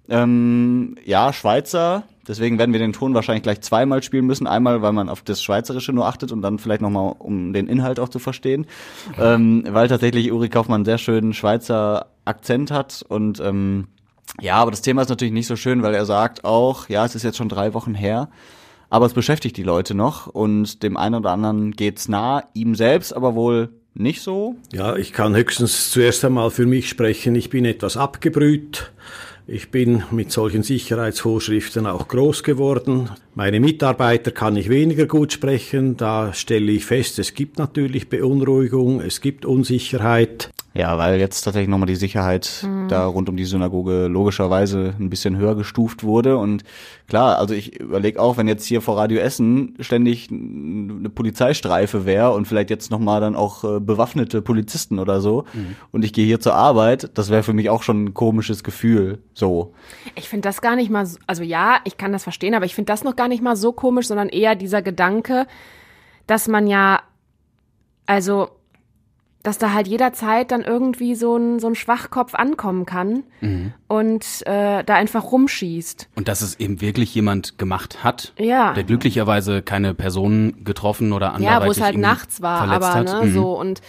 Ja, Schweizer. Deswegen werden wir den Ton wahrscheinlich gleich zweimal spielen müssen. Einmal, weil man auf das Schweizerische nur achtet und dann vielleicht nochmal, um den Inhalt auch zu verstehen. Weil tatsächlich Uri Kaufmann einen sehr schönen Schweizer Akzent hat. Und ja, aber das Thema ist natürlich nicht so schön, weil er sagt auch, ja, es ist jetzt schon 3 Wochen her, aber es beschäftigt die Leute noch und dem einen oder anderen geht's nah, ihm selbst aber wohl nicht so. Ja, ich kann höchstens zuerst einmal für mich sprechen. Ich bin etwas abgebrüht. Ich bin mit solchen Sicherheitsvorschriften auch groß geworden. Meine Mitarbeiter kann ich weniger gut sprechen. Da stelle ich fest, es gibt natürlich Beunruhigung, es gibt Unsicherheit. Ja, weil jetzt tatsächlich nochmal die Sicherheit da rund um die Synagoge logischerweise ein bisschen höher gestuft wurde. Und klar, also ich überlege auch, wenn jetzt hier vor Radio Essen ständig eine Polizeistreife wäre und vielleicht jetzt nochmal dann auch bewaffnete Polizisten oder so und ich gehe hier zur Arbeit, das wäre für mich auch schon ein komisches Gefühl. So. Ich finde das gar nicht mal so, also ja, ich kann das verstehen, aber ich finde das noch gar nicht mal so komisch, sondern eher dieser Gedanke, dass man ja, also dass da halt jederzeit dann irgendwie so ein Schwachkopf ankommen kann und da einfach rumschießt. Und dass es eben wirklich jemand gemacht hat, ja, der glücklicherweise keine Personen getroffen oder anderweitig ja, wo es halt nachts war, aber ne, so und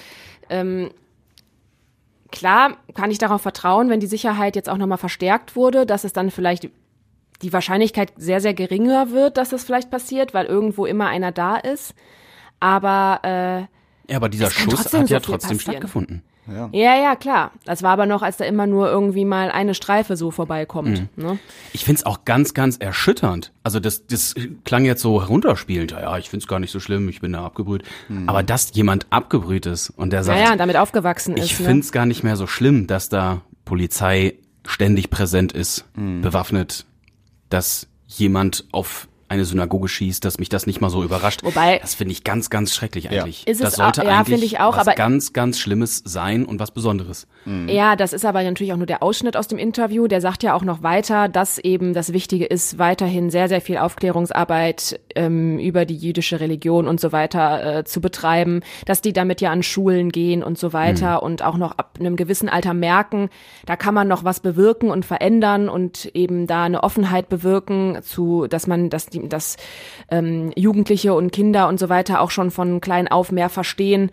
klar kann ich darauf vertrauen, wenn die Sicherheit jetzt auch nochmal verstärkt wurde, dass es dann vielleicht die Wahrscheinlichkeit sehr, sehr geringer wird, dass das vielleicht passiert, weil irgendwo immer einer da ist. Aber ja, aber dieser Schuss hat ja trotzdem stattgefunden. Ja, klar. Das war aber noch, als da immer nur irgendwie mal eine Streife so vorbeikommt. Ne? Ich find's auch ganz, ganz erschütternd. Also das klang jetzt so herunterspielend. Ja, ich find's gar nicht so schlimm, ich bin da abgebrüht. Aber dass jemand abgebrüht ist und der sagt, ja, damit aufgewachsen ist. Ich find's gar nicht mehr so schlimm, dass da Polizei ständig präsent ist, bewaffnet, dass jemand auf eine Synagoge schießt, dass mich das nicht mal so überrascht. Wobei, das finde ich ganz, ganz schrecklich eigentlich. Ist das es sollte ja, eigentlich finde ich auch, was aber ganz, ganz Schlimmes sein und was Besonderes. Ja, das ist aber natürlich auch nur der Ausschnitt aus dem Interview. Der sagt ja auch noch weiter, dass eben das Wichtige ist, weiterhin sehr, sehr viel Aufklärungsarbeit über die jüdische Religion und so weiter zu betreiben, dass die damit ja an Schulen gehen und so weiter und auch noch ab einem gewissen Alter merken, da kann man noch was bewirken und verändern und eben da eine Offenheit bewirken, dass Jugendliche und Kinder und so weiter auch schon von klein auf mehr verstehen.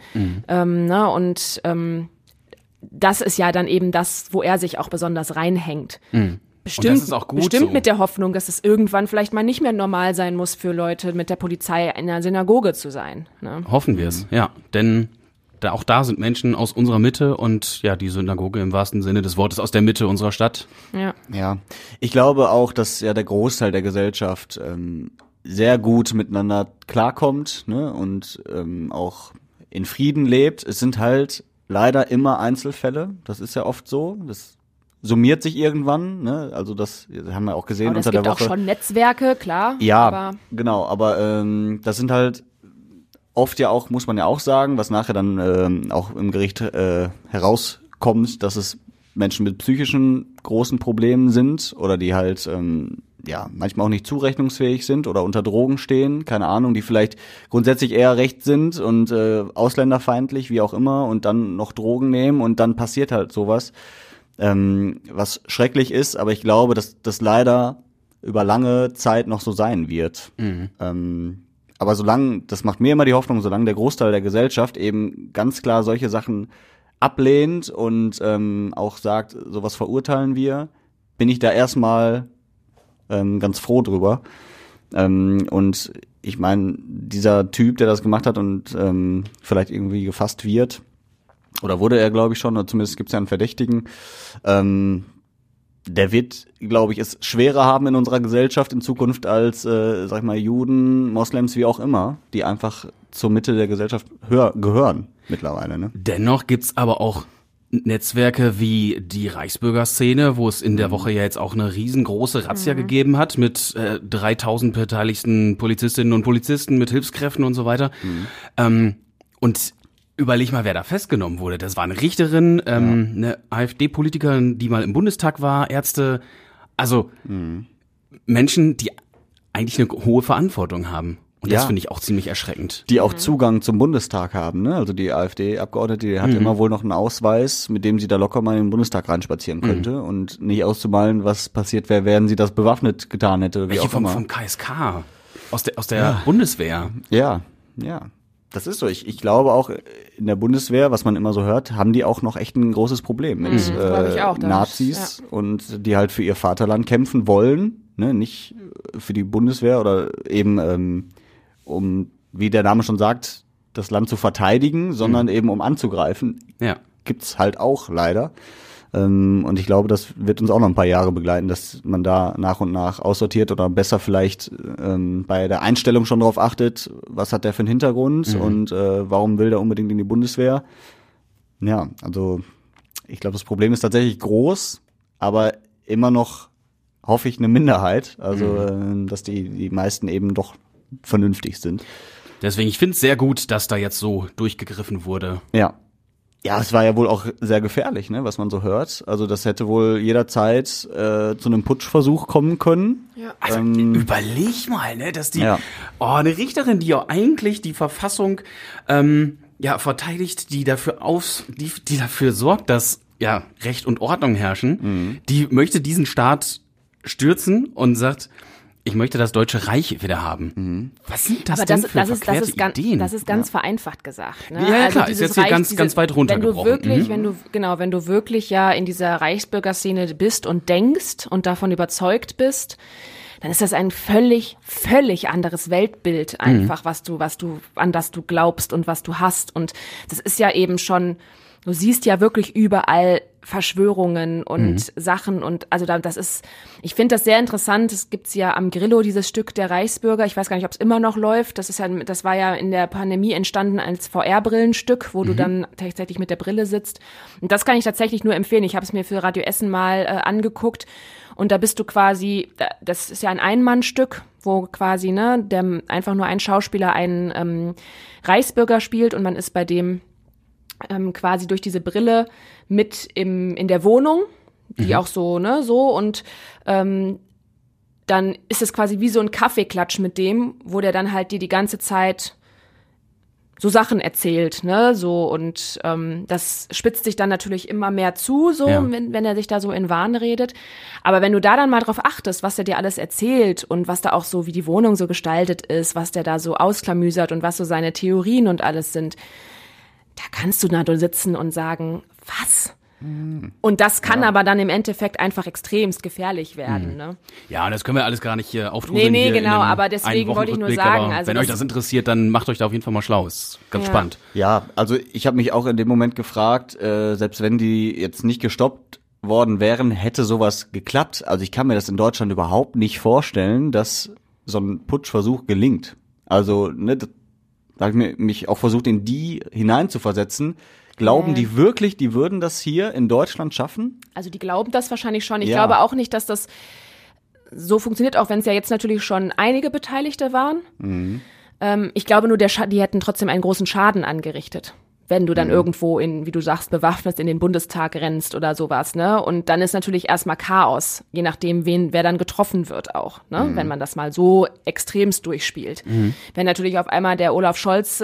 Das ist ja dann eben das, wo er sich auch besonders reinhängt. Bestimmt, und das ist auch gut bestimmt so. Mit der Hoffnung, dass es irgendwann vielleicht mal nicht mehr normal sein muss für Leute, mit der Polizei in einer Synagoge zu sein. Ne? Hoffen wir es, ja. Denn auch da sind Menschen aus unserer Mitte und ja, die Synagoge im wahrsten Sinne des Wortes aus der Mitte unserer Stadt. Ja. Ich glaube auch, dass ja der Großteil der Gesellschaft sehr gut miteinander klarkommt, ne, und auch in Frieden lebt. Es sind halt leider immer Einzelfälle. Das ist ja oft so. Das summiert sich irgendwann, ne? Also das haben wir auch gesehen aber unter der Woche. Es gibt auch schon Netzwerke, klar. Ja, genau. Aber das sind halt oft ja auch, muss man ja auch sagen, was nachher dann auch im Gericht herauskommt, dass es Menschen mit psychischen großen Problemen sind oder die halt manchmal auch nicht zurechnungsfähig sind oder unter Drogen stehen, keine Ahnung, die vielleicht grundsätzlich eher rechts sind und ausländerfeindlich, wie auch immer, und dann noch Drogen nehmen und dann passiert halt sowas, was schrecklich ist, aber ich glaube, dass das leider über lange Zeit noch so sein wird. Aber solange, das macht mir immer die Hoffnung, solange der Großteil der Gesellschaft eben ganz klar solche Sachen ablehnt und auch sagt, sowas verurteilen wir, bin ich da erstmal ganz froh drüber. Und ich meine, dieser Typ, der das gemacht hat und vielleicht irgendwie gefasst wird, oder wurde er, glaube ich, schon, oder zumindest gibt es ja einen Verdächtigen, der wird, glaube ich, es schwerer haben in unserer Gesellschaft in Zukunft als, sag ich mal, Juden, Moslems, wie auch immer, die einfach zur Mitte der Gesellschaft gehören mittlerweile. Ne? Dennoch gibt's aber auch Netzwerke wie die Reichsbürgerszene, wo es in der Woche ja jetzt auch eine riesengroße Razzia gegeben hat mit 3000 beteiligten Polizistinnen und Polizisten, mit Hilfskräften und so weiter. Und überleg mal, wer da festgenommen wurde. Das war eine Richterin, eine AfD-Politikerin, die mal im Bundestag war, Ärzte, also Menschen, die eigentlich eine hohe Verantwortung haben. Und das finde ich auch ziemlich erschreckend. Die auch Zugang zum Bundestag haben, ne? Also die AfD-Abgeordnete, die hat immer wohl noch einen Ausweis, mit dem sie da locker mal in den Bundestag reinspazieren könnte und nicht auszumalen, was passiert wäre, während sie das bewaffnet getan hätte. Wie Welche auch immer. vom KSK? Aus der Bundeswehr? Ja. Das ist so. Ich glaube auch in der Bundeswehr, was man immer so hört, haben die auch noch echt ein großes Problem mit ich auch, Nazis und die halt für ihr Vaterland kämpfen wollen, ne? Nicht für die Bundeswehr oder eben um, wie der Name schon sagt, das Land zu verteidigen, sondern eben um anzugreifen. Ja. Gibt's halt auch leider. Und ich glaube, das wird uns auch noch ein paar Jahre begleiten, dass man da nach und nach aussortiert oder besser vielleicht bei der Einstellung schon drauf achtet, was hat der für einen Hintergrund und warum will der unbedingt in die Bundeswehr. Ja, also ich glaube, das Problem ist tatsächlich groß, aber immer noch, hoffe ich, eine Minderheit. Also dass die meisten eben doch vernünftig sind. Deswegen, ich finde es sehr gut, dass da jetzt so durchgegriffen wurde. Ja, es war ja wohl auch sehr gefährlich, ne, was man so hört. Also das hätte wohl jederzeit zu einem Putschversuch kommen können. Ja. Also überleg mal, ne, dass eine Richterin, die ja eigentlich die Verfassung verteidigt, die dafür sorgt, dass Recht und Ordnung herrschen, die möchte diesen Staat stürzen und sagt, ich möchte das Deutsche Reich wieder haben. Was sind das denn für verquerte Ideen? Das ist ganz vereinfacht gesagt. Ne? Ja, klar, ist jetzt hier ganz weit runtergebrochen. Wenn du wirklich ja in dieser Reichsbürgerszene bist und denkst und davon überzeugt bist, dann ist das ein völlig anderes Weltbild einfach, an das du glaubst und was du hast. Und das ist ja eben schon, du siehst ja wirklich überall Verschwörungen und Sachen und also ich finde das sehr interessant. Es gibt's ja am Grillo dieses Stück der Reichsbürger. Ich weiß gar nicht, ob es immer noch läuft. Das war ja in der Pandemie entstanden als VR-Brillenstück, wo du dann tatsächlich mit der Brille sitzt. Und das kann ich tatsächlich nur empfehlen. Ich habe es mir für Radio Essen mal angeguckt und da bist du quasi, das ist ja ein Ein-Mann-Stück, wo quasi der einfach nur ein Schauspieler einen Reichsbürger spielt und man ist bei dem quasi durch diese Brille mit in der Wohnung, die auch so, und dann ist es quasi wie so ein Kaffeeklatsch mit dem, wo der dann halt dir die ganze Zeit so Sachen erzählt, so und das spitzt sich dann natürlich immer mehr zu, so wenn er sich da so in Wahn redet. Aber wenn du da dann mal drauf achtest, was er dir alles erzählt und was da auch so, wie die Wohnung so gestaltet ist, was der da so ausklamüsert und was so seine Theorien und alles sind, da kannst du da sitzen und sagen, was? Und das kann aber dann im Endeffekt einfach extremst gefährlich werden. Ne? Ja, und das können wir alles gar nicht hier aufdröseln. Nee, genau, aber deswegen wollte ich nur sagen. Also wenn euch das interessiert, dann macht euch da auf jeden Fall mal schlau. Ist ganz spannend. Ja, also ich habe mich auch in dem Moment gefragt, selbst wenn die jetzt nicht gestoppt worden wären, hätte sowas geklappt. Also ich kann mir das in Deutschland überhaupt nicht vorstellen, dass so ein Putschversuch gelingt. Also, da habe ich mich auch versucht, in die hineinzuversetzen. Glauben die wirklich, die würden das hier in Deutschland schaffen? Also die glauben das wahrscheinlich schon. Ich glaube auch nicht, dass das so funktioniert, auch wenn es ja jetzt natürlich schon einige Beteiligte waren. Ich glaube nur, die hätten trotzdem einen großen Schaden angerichtet, wenn du dann irgendwo wie du sagst, bewaffnet in den Bundestag rennst oder sowas, ne? Und dann ist natürlich erstmal Chaos, je nachdem, wer dann getroffen wird auch, ne? Wenn man das mal so extremst durchspielt. Wenn natürlich auf einmal der Olaf Scholz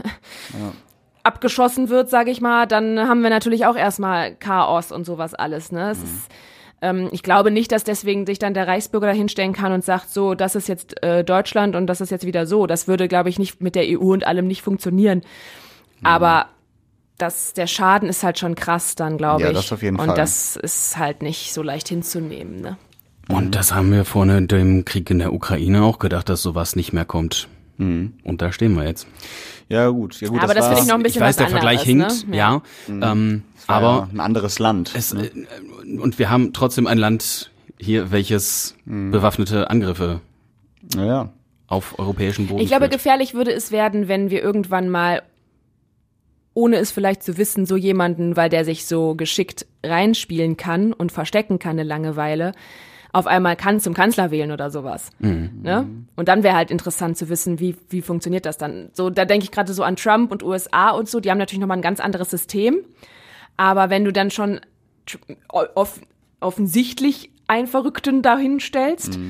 abgeschossen wird, sage ich mal, dann haben wir natürlich auch erstmal Chaos und sowas alles, ne? Es ist, ich glaube nicht, dass deswegen sich dann der Reichsbürger da hinstellen kann und sagt, so, das ist jetzt Deutschland und das ist jetzt wieder so. Das würde, glaube ich, nicht mit der EU und allem nicht funktionieren. Aber der Schaden ist halt schon krass dann, glaube ich. Ja, das auf jeden Fall. Und das ist halt nicht so leicht hinzunehmen, ne? Und das haben wir vor dem Krieg in der Ukraine auch gedacht, dass sowas nicht mehr kommt. Und da stehen wir jetzt. Ja, gut. Aber das finde ich noch ein bisschen was anderes. Ich weiß, der Vergleich hinkt, ne? Aber ein anderes Land. Und wir haben trotzdem ein Land hier, welches bewaffnete Angriffe auf europäischen Boden Ich glaube, führt. Gefährlich würde es werden, wenn wir irgendwann mal, ohne es vielleicht zu wissen, so jemanden, weil der sich so geschickt reinspielen kann und verstecken kann eine Langeweile, auf einmal zum Kanzler wählen oder sowas. Ne? Und dann wäre halt interessant zu wissen, wie funktioniert das dann. So, da denke ich gerade so an Trump und USA und so, die haben natürlich nochmal ein ganz anderes System. Aber wenn du dann schon offensichtlich einen Verrückten dahin stellst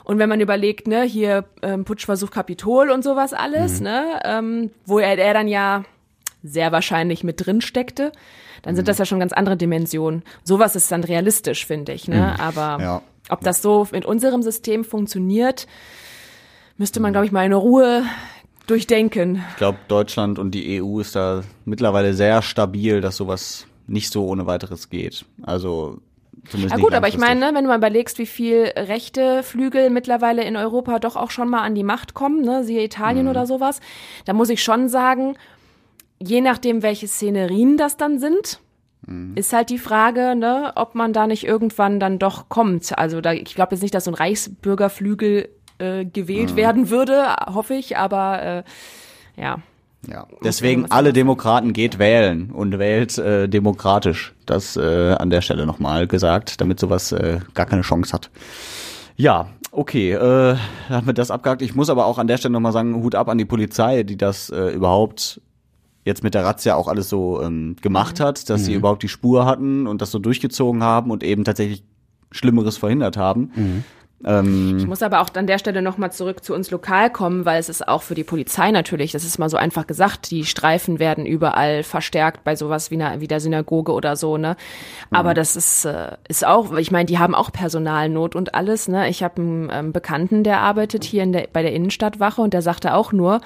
Und wenn man überlegt, ne, hier Putschversuch Kapitol und sowas alles, ne, wo er dann ja sehr wahrscheinlich mit drin steckte, dann sind das ja schon ganz andere Dimensionen. Sowas ist dann realistisch, finde ich, ne? Aber ob das so mit unserem System funktioniert, müsste man, glaube ich, mal in Ruhe durchdenken. Ich glaube, Deutschland und die EU ist da mittlerweile sehr stabil, dass sowas nicht so ohne weiteres geht. Also zumindest ja gut, aber ich meine, ne, wenn du mal überlegst, wie viel rechte Flügel mittlerweile in Europa doch auch schon mal an die Macht kommen, ne, siehe Italien oder sowas, da muss ich schon sagen, je nachdem, welche Szenerien das dann sind, ist halt die Frage, ne, ob man da nicht irgendwann dann doch kommt. Also ich glaube jetzt nicht, dass so ein Reichsbürgerflügel gewählt werden würde, hoffe ich, aber ja. Ja, deswegen alle Demokraten geht wählen und wählt demokratisch. Das an der Stelle nochmal gesagt, damit sowas gar keine Chance hat. Ja, okay, haben wir das abgehakt. Ich muss aber auch an der Stelle nochmal sagen, Hut ab an die Polizei, die das überhaupt jetzt mit der Razzia auch alles so gemacht hat, dass sie überhaupt die Spur hatten und das so durchgezogen haben und eben tatsächlich Schlimmeres verhindert haben. Ich muss aber auch an der Stelle nochmal zurück zu uns lokal kommen, weil es ist auch für die Polizei natürlich, das ist mal so einfach gesagt, die Streifen werden überall verstärkt bei sowas wie der Synagoge oder so, ne? Aber das ist auch, ich meine, die haben auch Personalnot und alles, ne? Ich habe einen Bekannten, der arbeitet hier bei der Innenstadtwache und der sagte auch nur,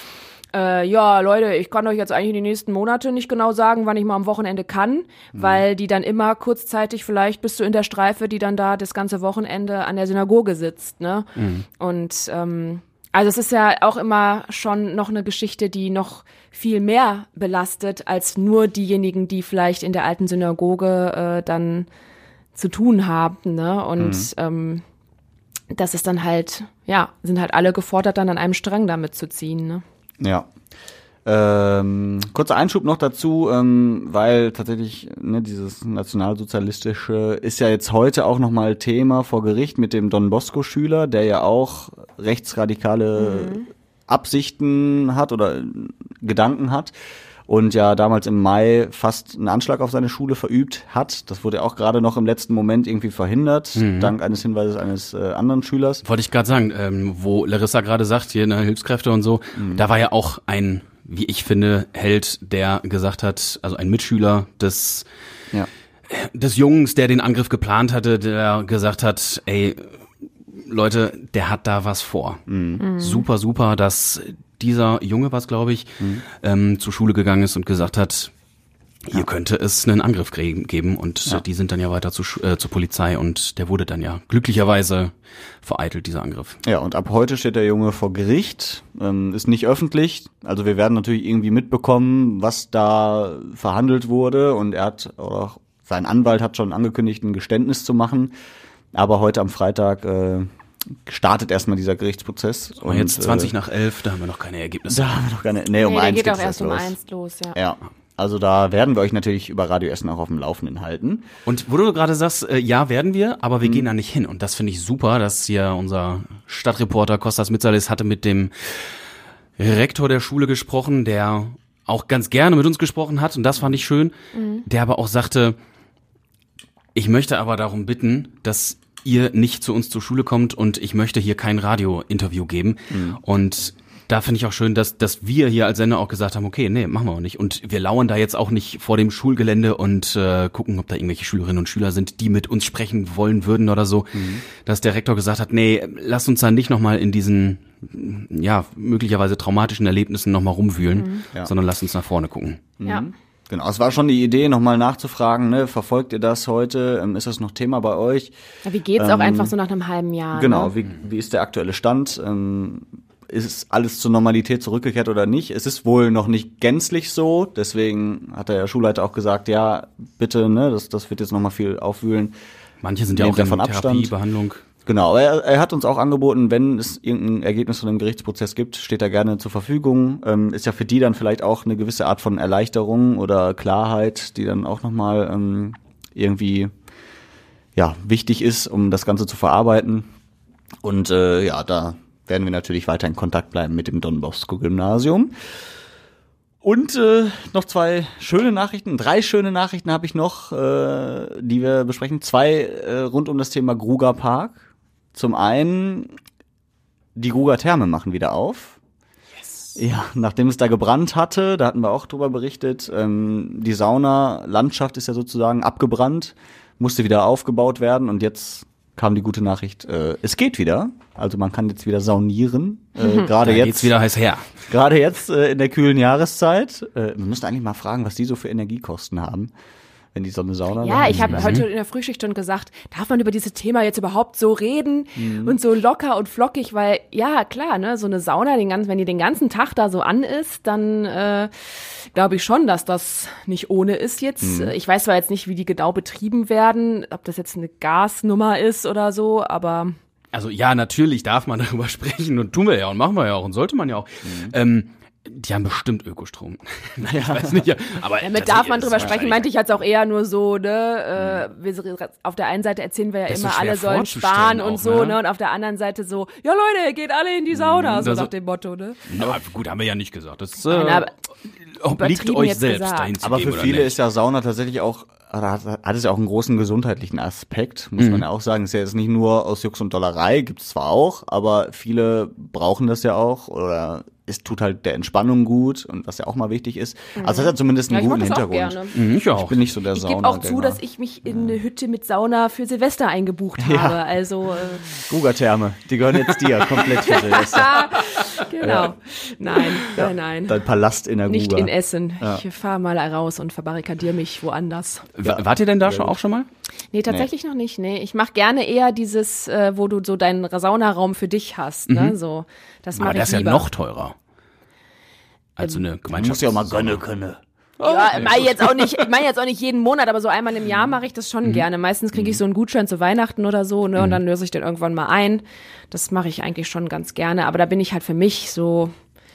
ja, Leute, ich kann euch jetzt eigentlich in den nächsten Monate nicht genau sagen, wann ich mal am Wochenende kann, weil die dann immer kurzzeitig, vielleicht bist du in der Streife, die dann da das ganze Wochenende an der Synagoge sitzt, ne? Und also es ist ja auch immer schon noch eine Geschichte, die noch viel mehr belastet, als nur diejenigen, die vielleicht in der alten Synagoge dann zu tun haben, ne? Und das ist dann halt, ja, sind halt alle gefordert, dann an einem Strang damit zu ziehen, ne? Ja. Kurzer Einschub noch dazu, weil tatsächlich dieses nationalsozialistische ist ja jetzt heute auch nochmal Thema vor Gericht mit dem Don Bosco-Schüler, der ja auch rechtsradikale Absichten hat oder Gedanken hat und ja damals im Mai fast einen Anschlag auf seine Schule verübt hat. Das wurde auch gerade noch im letzten Moment irgendwie verhindert, dank eines Hinweises eines anderen Schülers. Wollte ich gerade sagen, wo Larissa gerade sagt, hier Hilfskräfte und so, da war ja auch ein, wie ich finde, Held, der gesagt hat, also ein Mitschüler des Jungs, der den Angriff geplant hatte, der gesagt hat, ey, Leute, der hat da was vor. Super, super, dass dieser Junge, was glaube ich, zur Schule gegangen ist und gesagt hat, hier könnte es einen Angriff geben und die sind dann ja weiter zur Polizei und der wurde dann ja glücklicherweise vereitelt, dieser Angriff. Ja, und ab heute steht der Junge vor Gericht, ist nicht öffentlich, also wir werden natürlich irgendwie mitbekommen, was da verhandelt wurde und sein Anwalt hat schon angekündigt, ein Geständnis zu machen, aber heute am Freitag startet erstmal dieser Gerichtsprozess. Und jetzt 20 nach 11, da haben wir noch keine Ergebnisse. Da haben wir noch keine, um 1 geht auch erst um 1 los, ja. Ja, also da werden wir euch natürlich über Radio Essen auch auf dem Laufenden halten. Und wo du gerade sagst, ja, werden wir, aber wir gehen da nicht hin. Und das finde ich super, dass hier unser Stadtreporter Kostas Mitsalis hatte mit dem Rektor der Schule gesprochen, der auch ganz gerne mit uns gesprochen hat. Und das fand ich schön. Der aber auch sagte, ich möchte aber darum bitten, dass ihr nicht zu uns zur Schule kommt und ich möchte hier kein Radio-Interview geben. Und da finde ich auch schön, dass wir hier als Sender auch gesagt haben, okay, nee, machen wir auch nicht. Und wir lauern da jetzt auch nicht vor dem Schulgelände und gucken, ob da irgendwelche Schülerinnen und Schüler sind, die mit uns sprechen wollen würden oder so. Dass der Rektor gesagt hat, nee, lass uns da nicht nochmal in diesen, ja, möglicherweise traumatischen Erlebnissen nochmal rumwühlen, sondern lass uns nach vorne gucken. Ja. Genau, es war schon die Idee, nochmal nachzufragen, ne, verfolgt ihr das heute? Ist das noch Thema bei euch? Ja, wie geht's auch einfach so nach einem halben Jahr? Genau, ne? wie ist der aktuelle Stand? Ist alles zur Normalität zurückgekehrt oder nicht? Es ist wohl noch nicht gänzlich so, deswegen hat der Schulleiter auch gesagt, ja, bitte, ne, das wird jetzt nochmal viel aufwühlen. Manche sind ja auch in Therapie, Behandlung. Genau, er hat uns auch angeboten, wenn es irgendein Ergebnis von dem Gerichtsprozess gibt, steht er gerne zur Verfügung. Ist ja für die dann vielleicht auch eine gewisse Art von Erleichterung oder Klarheit, die dann auch nochmal irgendwie wichtig ist, um das Ganze zu verarbeiten. Und da werden wir natürlich weiter in Kontakt bleiben mit dem Don Bosco Gymnasium. Und noch 3 schöne Nachrichten habe ich noch, die wir besprechen. 2 rund um das Thema Gruger Park. zum einen, die Gruger Therme machen wieder auf. Yes. Ja, nachdem es da gebrannt hatte, da hatten wir auch drüber berichtet, die Saunalandschaft ist ja sozusagen abgebrannt, musste wieder aufgebaut werden und jetzt kam die gute Nachricht, es geht wieder. Also man kann jetzt wieder saunieren. Gerade jetzt geht's wieder heiß her. Gerade jetzt in der kühlen Jahreszeit. Wir müssen eigentlich mal fragen, was die so für Energiekosten haben, wenn die so eine Sauna Ja, ich habe heute in der Frühschicht schon gesagt, darf man über dieses Thema jetzt überhaupt so reden und so locker und flockig, weil ja, klar, ne, so eine Sauna, wenn die den ganzen Tag da so an ist, dann glaube ich schon, dass das nicht ohne ist jetzt. Ich weiß zwar jetzt nicht, wie die genau betrieben werden, ob das jetzt eine Gasnummer ist oder so, aber... Also ja, natürlich darf man darüber sprechen und tun wir ja und machen wir ja auch und sollte man ja auch. Die haben bestimmt Ökostrom. Naja, ich weiß nicht. Aber damit darf man drüber sprechen, meinte ich jetzt auch eher nur so, ne, auf der einen Seite erzählen wir ja immer, alle sollen sparen und so, ne, und auf der anderen Seite so, ja Leute, geht alle in die Sauna, so nach dem Motto, ne. Aber gut, haben wir ja nicht gesagt. Das obliegt euch selbst, dahin zu aber gehen. Aber für viele ist ja Sauna tatsächlich auch, hat es ja auch einen großen gesundheitlichen Aspekt, muss man ja auch sagen. Ist ja jetzt nicht nur aus Jux und Dollerei, gibt's zwar auch, aber viele brauchen das ja auch oder es tut halt der Entspannung gut und was ja auch mal wichtig ist. Also es hat ja zumindest einen guten Hintergrund. Ich auch. Ich bin nicht so der Sauna. Ich gebe auch zu, dass ich mich in eine Hütte mit Sauna für Silvester eingebucht habe. Also Gruger Therme, die gehören jetzt dir komplett für Silvester. Genau. Ja. Nein. Dein Palast in der Gruger. Nicht in Essen. Ja. Ich fahre mal raus und verbarrikadiere mich woanders. Wart ihr denn da auch schon mal? Nee, tatsächlich noch nicht. Nee, ich mache gerne eher dieses, wo du so deinen Saunaraum für dich hast. Ne? So, das mache ich lieber. Aber das ist ja noch teurer. Also eine Gemeinschaft. Du musst ja auch mal gönnen können. Ja, ich meine jetzt auch nicht jeden Monat, aber so einmal im Jahr mache ich das schon gerne. Meistens kriege ich so einen Gutschein zu Weihnachten oder so, ne, und dann löse ich den irgendwann mal ein. Das mache ich eigentlich schon ganz gerne, aber da bin ich halt für mich so,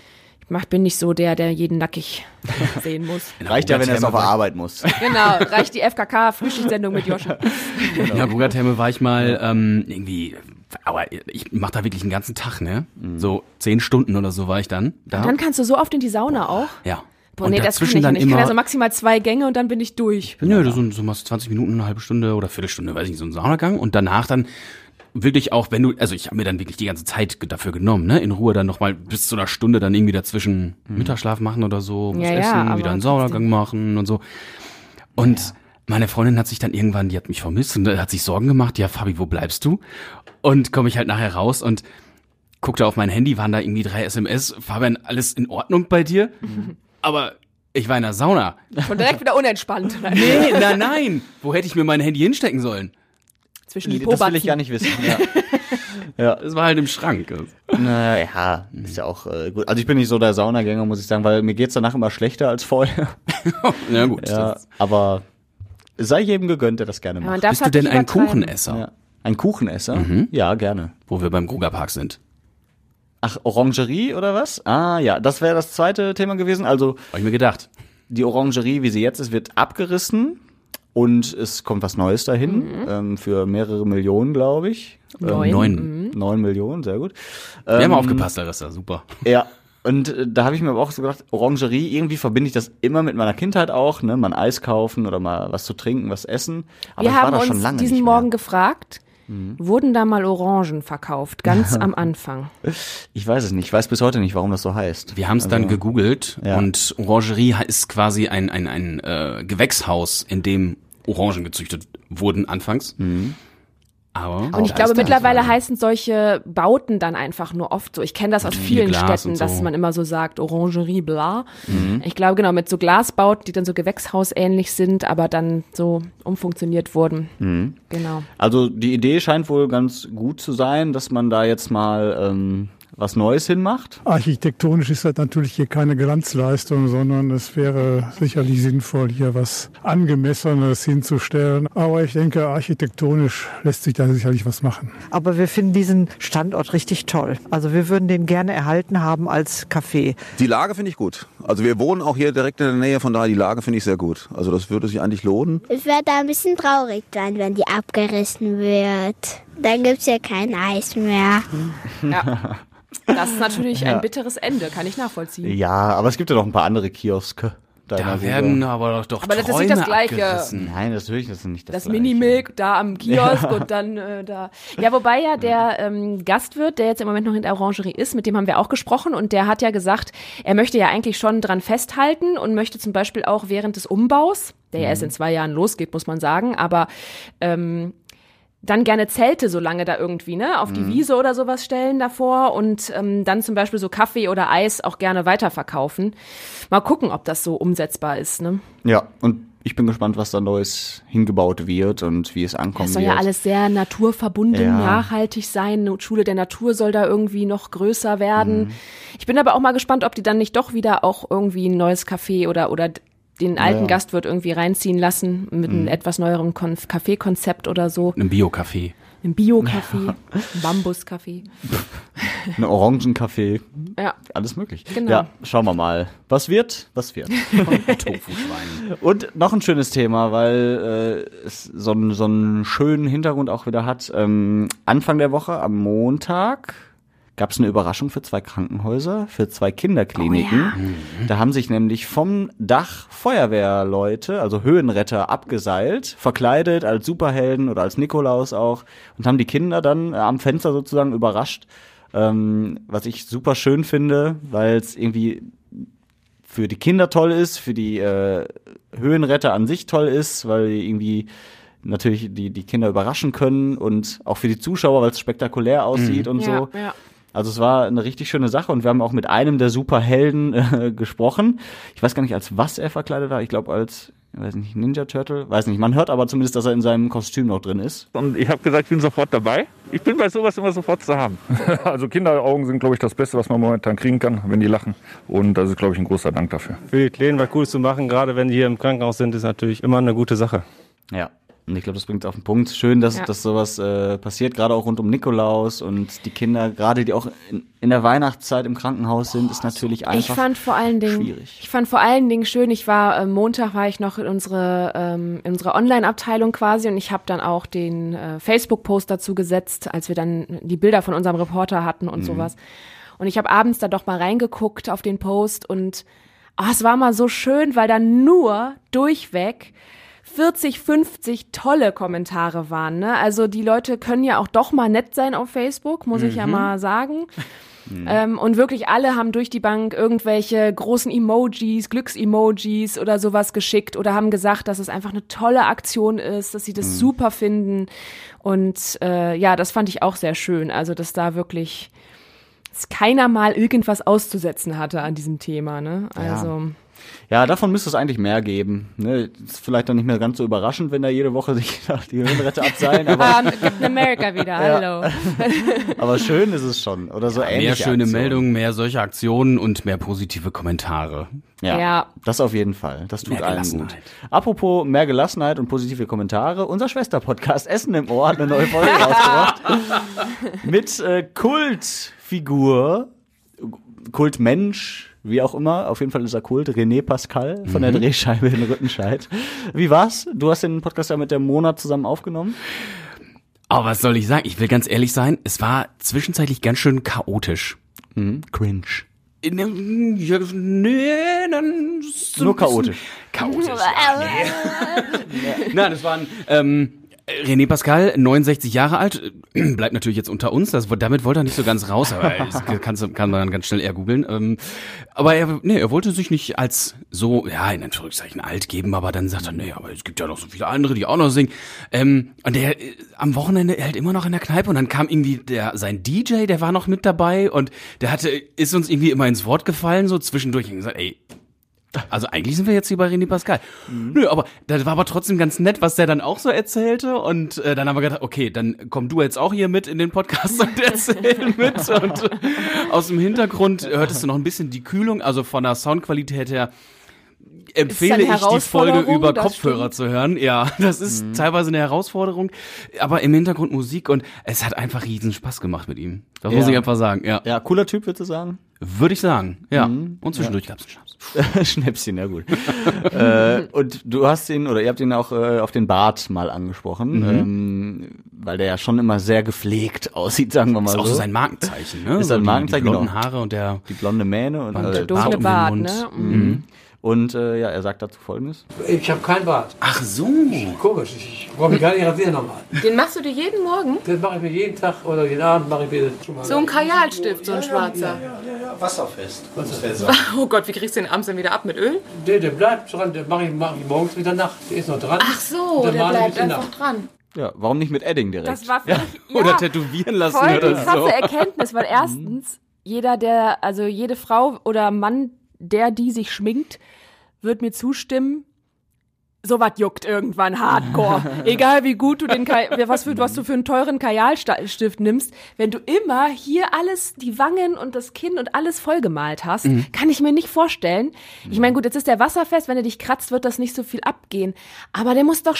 bin nicht so der jeden nackig sehen muss. Reicht ja, wenn er es auf der Arbeit muss. Genau, reicht die FKK-Frühstückssendung mit Joschen. Genau. Ja, Gruger Therme war ich mal irgendwie, aber ich mache da wirklich einen ganzen Tag, ne? So 10 Stunden oder so war ich dann da. Und dann kannst du so oft in die Sauna auch? Ja. Boah, nee, das kann ich nicht. Ich kann ja so maximal 2 Gänge und dann bin ich durch. Nö, so machst du 20 Minuten, eine halbe Stunde oder Viertelstunde, weiß ich nicht, so einen Saunagang und danach dann wirklich auch, also ich habe mir dann wirklich die ganze Zeit dafür genommen, ne, in Ruhe dann nochmal bis zu einer Stunde dann irgendwie dazwischen Mittagsschlaf machen oder so, was essen, wieder einen Saunagang machen und so. Und meine Freundin hat sich dann irgendwann, die hat mich vermisst und hat sich Sorgen gemacht, ja Fabi, wo bleibst du? Und komme ich halt nachher raus und guckte auf mein Handy, waren da irgendwie 3 SMS, Fabian, alles in Ordnung bei dir? Aber ich war in der Sauna. Und direkt wieder unentspannt. Nee, nein. Wo hätte ich mir mein Handy hinstecken sollen? Zwischen die Das will ich gar nicht wissen. Ja. Das war halt im Schrank. Naja, ist ja auch gut. Also ich bin nicht so der Saunagänger, muss ich sagen, weil mir geht's danach immer schlechter als vorher. Ja gut. Ja, aber sei jedem gegönnt, der das gerne macht. Bist du denn ein Kuchenesser? Ja. Ein Kuchenesser? Ja, gerne. Wo wir beim Gruger Park sind. Ach, Orangerie oder was? Ah, ja, das wäre das zweite Thema gewesen. Also, hab ich mir gedacht. Die Orangerie, wie sie jetzt ist, wird abgerissen und es kommt was Neues dahin, für mehrere Millionen, glaube ich. 9 Millionen, sehr gut. Wir haben aufgepasst, Larissa, super. Ja, und da habe ich mir aber auch so gedacht, Orangerie, irgendwie verbinde ich das immer mit meiner Kindheit auch, ne, mal ein Eis kaufen oder mal was zu trinken, was essen. Aber wir haben uns diesen Morgen gefragt, wurden da mal Orangen verkauft, ganz am Anfang? Ich weiß es nicht. Ich weiß bis heute nicht, warum das so heißt. Wir haben es dann gegoogelt und Orangerie ist quasi ein Gewächshaus, in dem Orangen gezüchtet wurden anfangs. Aber und ich glaube, mittlerweile heißen solche Bauten dann einfach nur oft so. Ich kenne das aus vielen Städten, dass man immer so sagt, Orangerie, bla. Ich glaube, genau, mit so Glasbauten, die dann so gewächshausähnlich sind, aber dann so umfunktioniert wurden. Genau. Also die Idee scheint wohl ganz gut zu sein, dass man da jetzt mal was Neues hinmacht. Architektonisch ist das natürlich hier keine Glanzleistung, sondern es wäre sicherlich sinnvoll, hier was Angemessenes hinzustellen. Aber ich denke, architektonisch lässt sich da sicherlich was machen. Aber wir finden diesen Standort richtig toll. Also wir würden den gerne erhalten haben als Café. Die Lage finde ich gut. Also wir wohnen auch hier direkt in der Nähe, von daher die Lage finde ich sehr gut. Also das würde sich eigentlich lohnen. Es wird da ein bisschen traurig sein, wenn die abgerissen wird. Dann gibt es ja kein Eis mehr. Ja. Das ist natürlich ein bitteres Ende, kann ich nachvollziehen. Ja, aber es gibt ja noch ein paar andere Kioske, Da werden aber doch aber das ist Träume nicht das Gleiche. abgerissen. Nein, natürlich ist das nicht das Das Gleiche. Minimilk da am Kiosk und dann da. Ja, wobei ja der Gastwirt, der jetzt im Moment noch in der Orangerie ist, mit dem haben wir auch gesprochen und der hat ja gesagt, er möchte ja eigentlich schon dran festhalten und möchte zum Beispiel auch während des Umbaus, der ja erst in 2 Jahren losgeht, muss man sagen, aber dann gerne Zelte so lange da irgendwie, ne, auf die Wiese oder sowas stellen davor und dann zum Beispiel so Kaffee oder Eis auch gerne weiterverkaufen. Mal gucken, ob das so umsetzbar ist, ne? Ja, und ich bin gespannt, was da Neues hingebaut wird und wie es ankommen Das soll wird. ja alles sehr naturverbunden, nachhaltig sein. Eine Schule der Natur soll da irgendwie noch größer werden. Ich bin aber auch mal gespannt, ob die dann nicht doch wieder auch irgendwie ein neues Café oder den alten Gastwirt irgendwie reinziehen lassen mit einem etwas neuerem Kaffeekonzept oder so. Ein Bio-Café. Ein Bio-Café, ein Bambus-Café. Ein Orangenkaffee. Ja. Alles möglich. Genau. Ja, schauen wir mal. Was wird? Tofu-Schwein. Und noch ein schönes Thema, weil es so einen schönen Hintergrund auch wieder hat. Anfang der Woche, am Montag, gab es eine Überraschung für 2 Krankenhäuser, für 2 Kinderkliniken. Da haben sich nämlich vom Dach Feuerwehrleute, also Höhenretter, abgeseilt, verkleidet als Superhelden oder als Nikolaus auch und haben die Kinder dann am Fenster sozusagen überrascht, was ich super schön finde, weil es irgendwie für die Kinder toll ist, für die Höhenretter an sich toll ist, weil die irgendwie natürlich die Kinder überraschen können und auch für die Zuschauer, weil es spektakulär aussieht und so. Ja. Also es war eine richtig schöne Sache und wir haben auch mit einem der Superhelden gesprochen. Ich weiß gar nicht, als was er verkleidet war. Ich glaube als, weiß nicht, Ninja Turtle. Weiß nicht, man hört aber zumindest, dass er in seinem Kostüm noch drin ist. Und ich habe gesagt, ich bin sofort dabei. Ich bin bei sowas immer sofort zu haben. Also Kinderaugen sind, glaube ich, das Beste, was man momentan kriegen kann, wenn die lachen. Und das ist, glaube ich, ein großer Dank dafür. Für die Kleinen was Cooles zu machen, gerade wenn die hier im Krankenhaus sind, ist natürlich immer eine gute Sache. Ja. Und ich glaube, das bringt es auf den Punkt. Schön, dass sowas passiert, gerade auch rund um Nikolaus und die Kinder, gerade die auch in der Weihnachtszeit im Krankenhaus sind, ist natürlich einfach Ich fand vor allen Dingen schön, Montag war ich noch in unsere Online-Abteilung quasi und ich habe dann auch den Facebook-Post dazu gesetzt, als wir dann die Bilder von unserem Reporter hatten und sowas. Und ich habe abends da doch mal reingeguckt auf den Post und es war mal so schön, weil da nur durchweg 40, 50 tolle Kommentare waren, ne? Also die Leute können ja auch doch mal nett sein auf Facebook, muss ich ja mal sagen. Und wirklich alle haben durch die Bank irgendwelche großen Emojis, Glücksemojis oder sowas geschickt oder haben gesagt, dass es einfach eine tolle Aktion ist, dass sie das super finden. Und das fand ich auch sehr schön. Also dass da wirklich keiner mal irgendwas auszusetzen hatte an diesem Thema, ne? Also Ja, davon müsste es eigentlich mehr geben. Ne? Ist vielleicht dann nicht mehr ganz so überraschend, wenn da jede Woche sich die Höhenretter abseilen. Aber Captain America wieder, hallo. Aber schön ist es schon. Oder so ähnlich. Mehr schöne Meldungen, mehr solche Aktionen und mehr positive Kommentare. Ja, das auf jeden Fall. Das tut allen gut. Apropos mehr Gelassenheit und positive Kommentare. Unser Schwesterpodcast Essen im Ohr hat eine neue Folge rausgebracht. Mit Kultfigur, Kultmensch, wie auch immer, auf jeden Fall ist er Kult, René Pascal von der Drehscheibe in Rüttenscheid. Wie war's? Du hast den Podcast ja mit der Mona zusammen aufgenommen. Aber was soll ich sagen? Ich will ganz ehrlich sein, es war zwischenzeitlich ganz schön chaotisch. Cringe. Nur chaotisch. Chaotisch. Nein, das waren René Pascal, 69 Jahre alt, bleibt natürlich jetzt unter uns, damit wollte er nicht so ganz raus, aber das kann man dann ganz schnell eher googeln. Aber er wollte sich nicht als so, in Anführungszeichen alt geben, aber dann sagt er, aber es gibt ja noch so viele andere, die auch noch singen. Und der am Wochenende halt immer noch in der Kneipe und dann kam irgendwie sein DJ, der war noch mit dabei und ist uns irgendwie immer ins Wort gefallen, so zwischendurch und gesagt, also eigentlich sind wir jetzt hier bei René Pascal. Nö, aber das war aber trotzdem ganz nett, was der dann auch so erzählte. Und dann haben wir gedacht, okay, dann komm du jetzt auch hier mit in den Podcast und erzähl mit. Und aus dem Hintergrund hörtest du noch ein bisschen die Kühlung, also von der Soundqualität her empfehle ich die Folge über Kopfhörer zu hören. Ja, das ist teilweise eine Herausforderung, aber im Hintergrund Musik und es hat einfach riesen Spaß gemacht mit ihm. Das muss ich einfach sagen. Ja, cooler Typ, würdest du sagen? Würde ich sagen, ja. Und zwischendurch gab's einen Schnaps. Schnäpschen, ja gut. Und du hast ihn, oder ihr habt ihn auch auf den Bart mal angesprochen. weil der ja schon immer sehr gepflegt aussieht, sagen wir mal so. Ist auch so sein Markenzeichen, ne? Ist sein Markenzeichen, die blonden genau. Haare und die blonde Mähne und der dunkle Bart, ne? Mhm. Und er sagt dazu Folgendes. Ich habe keinen Bart. Ach so. Komisch, ich brauche mich gar nicht rasieren nochmal. Den machst du dir jeden Morgen? Den mache ich mir jeden Tag oder jeden Abend mache ich mir schon mal. So ein Kajalstift, so ein schwarzer. Ja, wasserfest. Oh Gott, wie kriegst du den abends dann wieder ab mit Öl? Der bleibt dran, den mache ich morgens wieder nach. Der ist noch dran. Ach so, der bleibt einfach dran. Ja, warum nicht mit Edding direkt? Das war völlig, Oder tätowieren lassen voll oder die krasse so. Erkenntnis, weil erstens, jede Frau oder Mann, die sich schminkt, wird mir zustimmen, sowas juckt irgendwann hardcore. Egal wie gut du was du für einen teuren Kajalstift nimmst, wenn du immer hier alles, die Wangen und das Kinn und alles vollgemalt hast, kann ich mir nicht vorstellen. Ich meine, gut, jetzt ist der wasserfest, wenn er dich kratzt, wird das nicht so viel abgehen. Aber der muss doch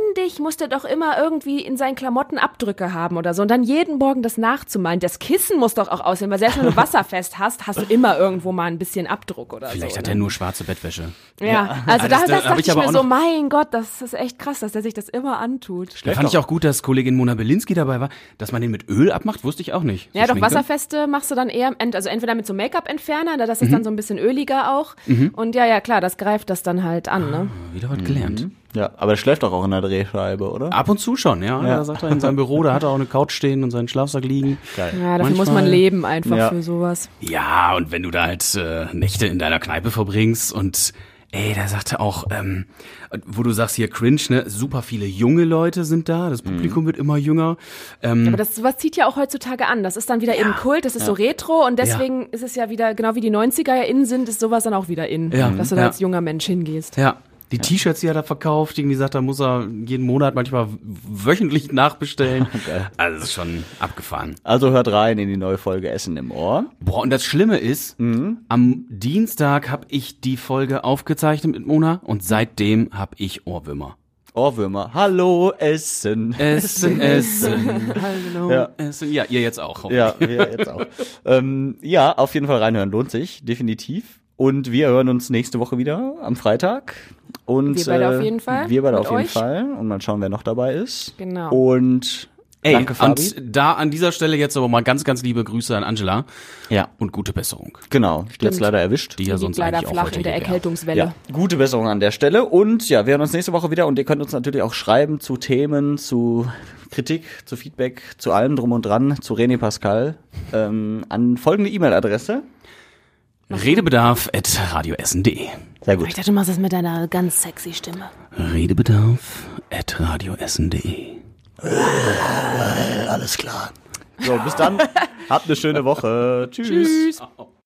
immer irgendwie in seinen Klamotten Abdrücke haben oder so. Und dann jeden Morgen das nachzumalen. Das Kissen muss doch auch aussehen, weil selbst wenn du wasserfest hast du immer irgendwo mal ein bisschen Abdruck oder so. Vielleicht hat er nur schwarze Bettwäsche. Ja, also das dachte ich mir so, mein Gott, das ist echt krass, dass der sich das immer antut. Da fand ich auch gut, dass Kollegin Mona Belinsky dabei war. Dass man den mit Öl abmacht, wusste ich auch nicht. Ja, doch, wasserfeste machst du dann eher, also entweder mit so Make-up-Entferner, das ist dann so ein bisschen öliger auch. Und ja, klar, das greift das dann halt an, ne? Wieder was gelernt. Ja, aber der schläft doch auch in der Drehscheibe, oder? Ab und zu schon, ja. Da sagt er in seinem Büro, da hat er auch eine Couch stehen und seinen Schlafsack liegen. Geil. Ja, dafür muss man leben einfach für sowas. Ja, und wenn du da halt Nächte in deiner Kneipe verbringst und da sagt er auch, wo du sagst hier cringe, ne, super viele junge Leute sind da, das Publikum wird immer jünger. Aber sowas zieht ja auch heutzutage an, das ist dann wieder eben Kult, das ist so retro und deswegen ist es ja wieder, genau wie die 90er ja in sind, ist sowas dann auch wieder in, dass du da als junger Mensch hingehst. Ja. Die T-Shirts, die er da verkauft, irgendwie sagt, da muss er jeden Monat, manchmal wöchentlich nachbestellen. Also das ist schon abgefahren. Also hört rein in die neue Folge Essen im Ohr. Boah, und das Schlimme ist, am Dienstag habe ich die Folge aufgezeichnet mit Mona und seitdem habe ich Ohrwürmer. Hallo, Essen. Essen. Hallo, Essen. Ja, ihr jetzt auch. Ja, wir jetzt auch. Ja, auf jeden Fall reinhören, lohnt sich, definitiv. Und wir hören uns nächste Woche wieder am Freitag. Und wir beide auf jeden Fall. Wir beide auf jeden Fall. Und mal schauen, wer noch dabei ist. Genau. Und danke, Fabi. Und da an dieser Stelle jetzt aber mal ganz, ganz liebe Grüße an Angela. Ja. Und gute Besserung. Genau. Die hat's leider erwischt. Die ja sonst leider eigentlich auch flach heute in der hier wäre. Erkältungswelle. Ja. Gute Besserung an der Stelle. Und ja, wir hören uns nächste Woche wieder. Und ihr könnt uns natürlich auch schreiben zu Themen, zu Kritik, zu Feedback, zu allem drum und dran, zu René Pascal, an folgende E-Mail-Adresse. Redebedarf@radioessen.de. Sehr gut. Ich dachte, du machst das mit deiner ganz sexy Stimme. Redebedarf@radioessen.de. Alles klar. So, bis dann. Habt eine schöne Woche. Tschüss.